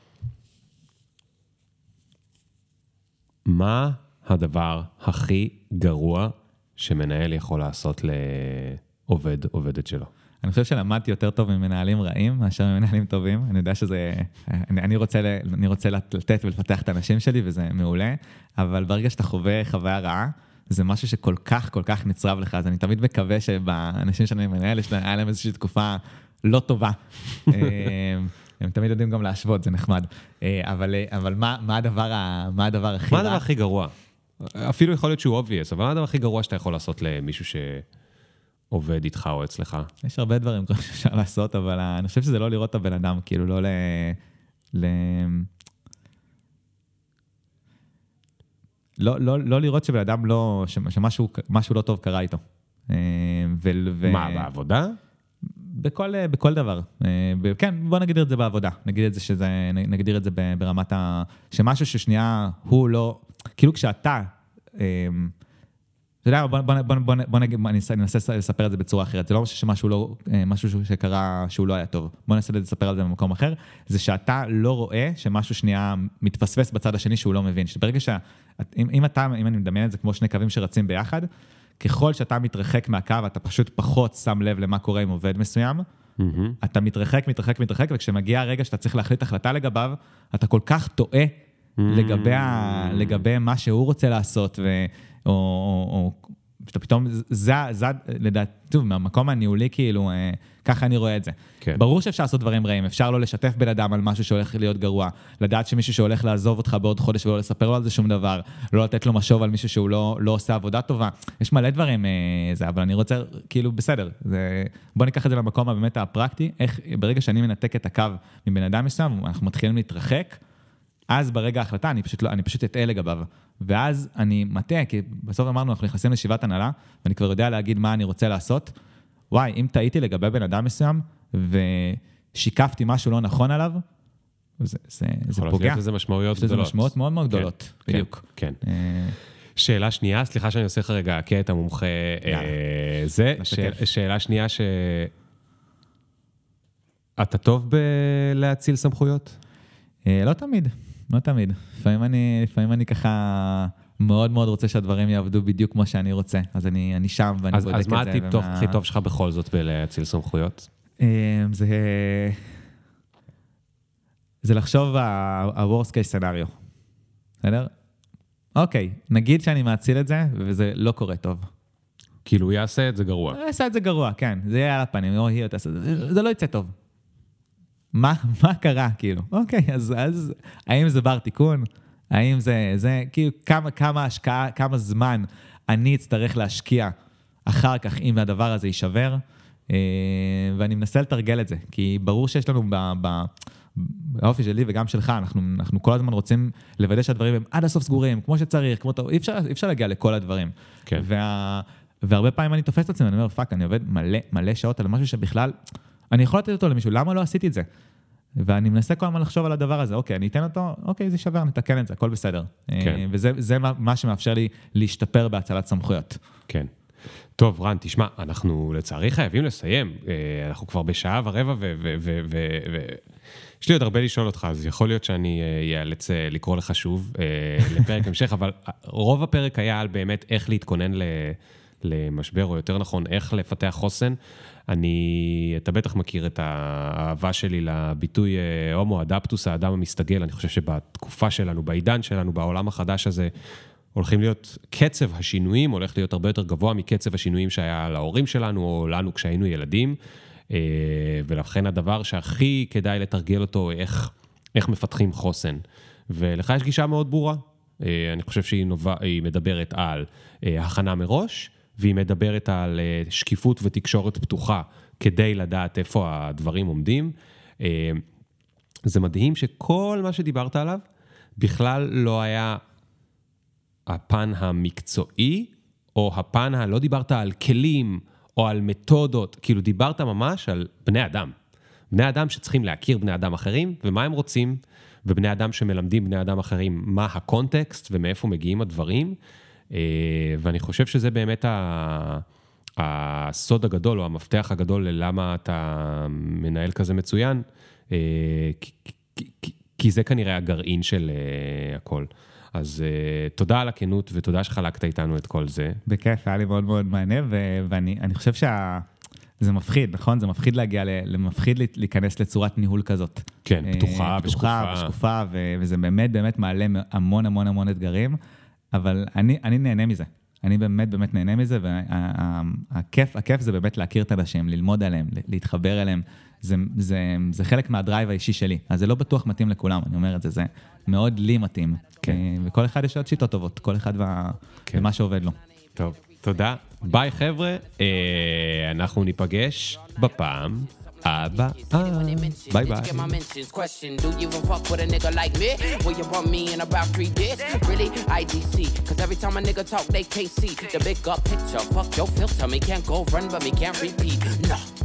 מה הדבר הכי גרוע שמנהל יכול לעשות לעובד, עובדת שלו? אני חושב שלמדתי יותר טוב ממנהלים רעים, מאשר ממנהלים טובים. אני יודע שזה, אני, אני רוצה, אני רוצה לתת ולפתח את האנשים שלי, וזה מעולה, אבל ברגע שאתה חווה חוויה רעה, זה משהו שכל כך, כל כך נצרב לך, אז אני תמיד מקווה שבאנשים שאני מנהל, יש להם איזושהי תקופה לא טובה. הם תמיד יודעים גם להשוות, זה נחמד. אבל, אבל מה, מה הדבר, מה הדבר הכי... מה הדבר הכי גרוע? אפילו יכול להיות שהוא obvious, אבל מה הדבר הכי גרוע שאתה יכול לעשות למישהו שעובד איתך או אצלך? יש הרבה דברים שאפשר לעשות, אבל אני חושב שזה לא לראות את הבן אדם, כאילו לא ל... ל... לא, לא, לא לראות שבן אדם לא... שמשהו, משהו לא טוב קרה איתו. ו... ו... מה, בעבודה? בכל, בכל דבר. כן, בוא נגדיר את זה בעבודה. נגיד את זה שזה, נגדיר את זה ברמת ה... שמשהו ששנייה הוא לא... כאילו כשאתה... אתה יודע, בוא, בוא, בוא, בוא, בוא נגיד, אני אנסה לספר את זה בצורה אחרת. זה לא משהו שמשהו לא... משהו שקרה שהוא לא היה טוב. בוא ננסה לספר על זה במקום אחר. זה שאתה לא רואה שמשהו שנייה מתפספס בצד השני שהוא לא מבין. שברגע שה... אם, אם אתה, אם אני מדמיין את זה כמו שני קווים שרצים ביחד, ככל שאתה מתרחק מהקו, אתה פשוט פחות שם לב למה קורה עם עובד מסוים, mm-hmm. אתה מתרחק, מתרחק, מתרחק, וכשמגיע הרגע שאתה צריך להחליט החלטה לגביו, אתה כל כך טועה mm-hmm. לגבי, ה, לגבי מה שהוא רוצה לעשות, ו, או, או, או שאתה פתאום, זה, זה, לדעת, טוב, מהמקום הניהולי, כאילו, אה, ככה אני רואה את זה. כן. ברור שאפשר לעשות דברים רעים, אפשר לא לשתף בן אדם על משהו שהולך להיות גרוע, לדעת שמישהו שהולך לעזוב אותך בעוד חודש ולא לספר לו על זה שום דבר, לא לתת לו משוב על מישהו שהוא לא, לא עושה עבודה טובה. יש מלא דברים, אה, זה, אבל אני רוצה, כאילו, בסדר. זה, בוא ניקח את זה למקום הבאמת הפרקטי, איך, ברגע שאני מנתק את הקו מבן אדם מסוים, אנחנו מתחילים להתרחק, אז ברגע ההחלטה, אני פשוט, לא, אני פשוט אתאה לגביו. ואז אני מטעה, כי בסוף אמרנו, אנחנו נכנסים לישיבת הנהלה, ואני כבר יודע להגיד מה אני רוצה לעשות. וואי, אם טעיתי לגבי בן אדם מסוים, ושיקפתי משהו לא נכון עליו, זה, זה, זה יכול פוגע. להיות לזה משמעויות יש לזה גדולות. משמעויות מאוד מאוד גדולות, כן, בדיוק. כן. שאלה שנייה, סליחה שאני עושה לך רגע, הכי את המומחה זה, שאלה שנייה ש... אתה טוב בלהציל סמכויות? לא תמיד, לא תמיד. לפעמים אני, לפעמים אני ככה מאוד מאוד רוצה שהדברים יעבדו בדיוק כמו שאני רוצה. אז אני, אני שם ואני בודק את זה. אז מה הטיפ הכי טוב שלך בכל זאת בלהציל סמכויות? זה... זה לחשוב ה-worst case scenario. בסדר? אוקיי, נגיד שאני מאציל את זה, וזה לא קורה טוב. כאילו הוא יעשה את זה גרוע. הוא יעשה את זה גרוע, כן. זה יהיה על הפנים, או היא תעשה את זה. זה לא יצא טוב. מה, מה קרה, כאילו? אוקיי, אז, אז האם זה בר תיקון? האם זה, זה, כאילו, כמה, כמה השקעה, כמה זמן אני אצטרך להשקיע אחר כך אם הדבר הזה יישבר? ואני מנסה לתרגל את זה, כי ברור שיש לנו ב... ב באופי שלי וגם שלך, אנחנו, אנחנו כל הזמן רוצים לוודא שהדברים הם עד הסוף סגורים, כמו שצריך, כמו טוב, אי אפשר, אי אפשר להגיע לכל הדברים. כן. וה, והרבה פעמים אני תופס את עצמי, אני אומר, פאק, אני עובד מלא, מלא שעות על משהו שבכלל, אני יכול לתת אותו למישהו, למה לא עשיתי את זה? ואני מנסה כל הזמן לחשוב על הדבר הזה, אוקיי, אני אתן אותו, אוקיי, זה שבר, נתקן את זה, הכל בסדר. כן. וזה, זה מה שמאפשר לי להשתפר בהצלת סמכויות. כן. טוב, רן, תשמע, אנחנו לצערי חייבים לסיים. אנחנו כבר בשעה ורבע ו... ו, ו, ו, ו יש לי עוד הרבה לשאול אותך, אז יכול להיות שאני יאלץ לקרוא לך שוב לפרק המשך, אבל רוב הפרק היה על באמת איך להתכונן למשבר, או יותר נכון, איך לפתח חוסן. אני, אתה בטח מכיר את האהבה שלי לביטוי הומו אדפטוס, האדם המסתגל. אני חושב שבתקופה שלנו, בעידן שלנו, בעולם החדש הזה, הולכים להיות, קצב השינויים הולך להיות הרבה יותר גבוה מקצב השינויים שהיה להורים שלנו, או לנו כשהיינו ילדים. ולכן הדבר שהכי כדאי לתרגל אותו, איך, איך מפתחים חוסן. ולך יש גישה מאוד ברורה. אני חושב שהיא נובע, היא מדברת על הכנה מראש, והיא מדברת על שקיפות ותקשורת פתוחה, כדי לדעת איפה הדברים עומדים. זה מדהים שכל מה שדיברת עליו, בכלל לא היה הפן המקצועי, או הפן הלא דיברת על כלים, או על מתודות, כאילו דיברת ממש על בני אדם. בני אדם שצריכים להכיר בני אדם אחרים, ומה הם רוצים, ובני אדם שמלמדים בני אדם אחרים, מה הקונטקסט, ומאיפה מגיעים הדברים, ואני חושב שזה באמת הסוד הגדול, או המפתח הגדול, ללמה אתה מנהל כזה מצוין, כי זה כנראה הגרעין של הכל. אז uh, תודה על הכנות, ותודה שחלקת איתנו את כל זה. בכיף, היה לי מאוד מאוד מענה, ו- ואני אני חושב שזה מפחיד, נכון? זה מפחיד להגיע, למפחיד להיכנס לצורת ניהול כזאת. כן, פתוחה ושקופה. פתוחה ושקופה, ו- וזה באמת באמת מעלה המון המון המון אתגרים, אבל אני, אני נהנה מזה. אני באמת באמת נהנה מזה, והכיף, הכיף זה באמת להכיר את האנשים, ללמוד עליהם, להתחבר אליהם. זה, זה, זה חלק מהדרייב האישי שלי. אז זה לא בטוח מתאים לכולם, אני אומר את זה, זה מאוד לי מתאים. כן. וכל אחד יש עוד שיטות טובות, כל אחד וה... כן. ומה שעובד לו. טוב, תודה. ביי חבר'ה, אה, אנחנו ניפגש בפעם הבאה. ביי ביי. Do you even fuck with a nigga like me? Will you run me in about three days? Really? I D C. Cause every time a nigga talk, they K C. The big up picture, fuck your filter. Me can't go run, but me can't repeat. No.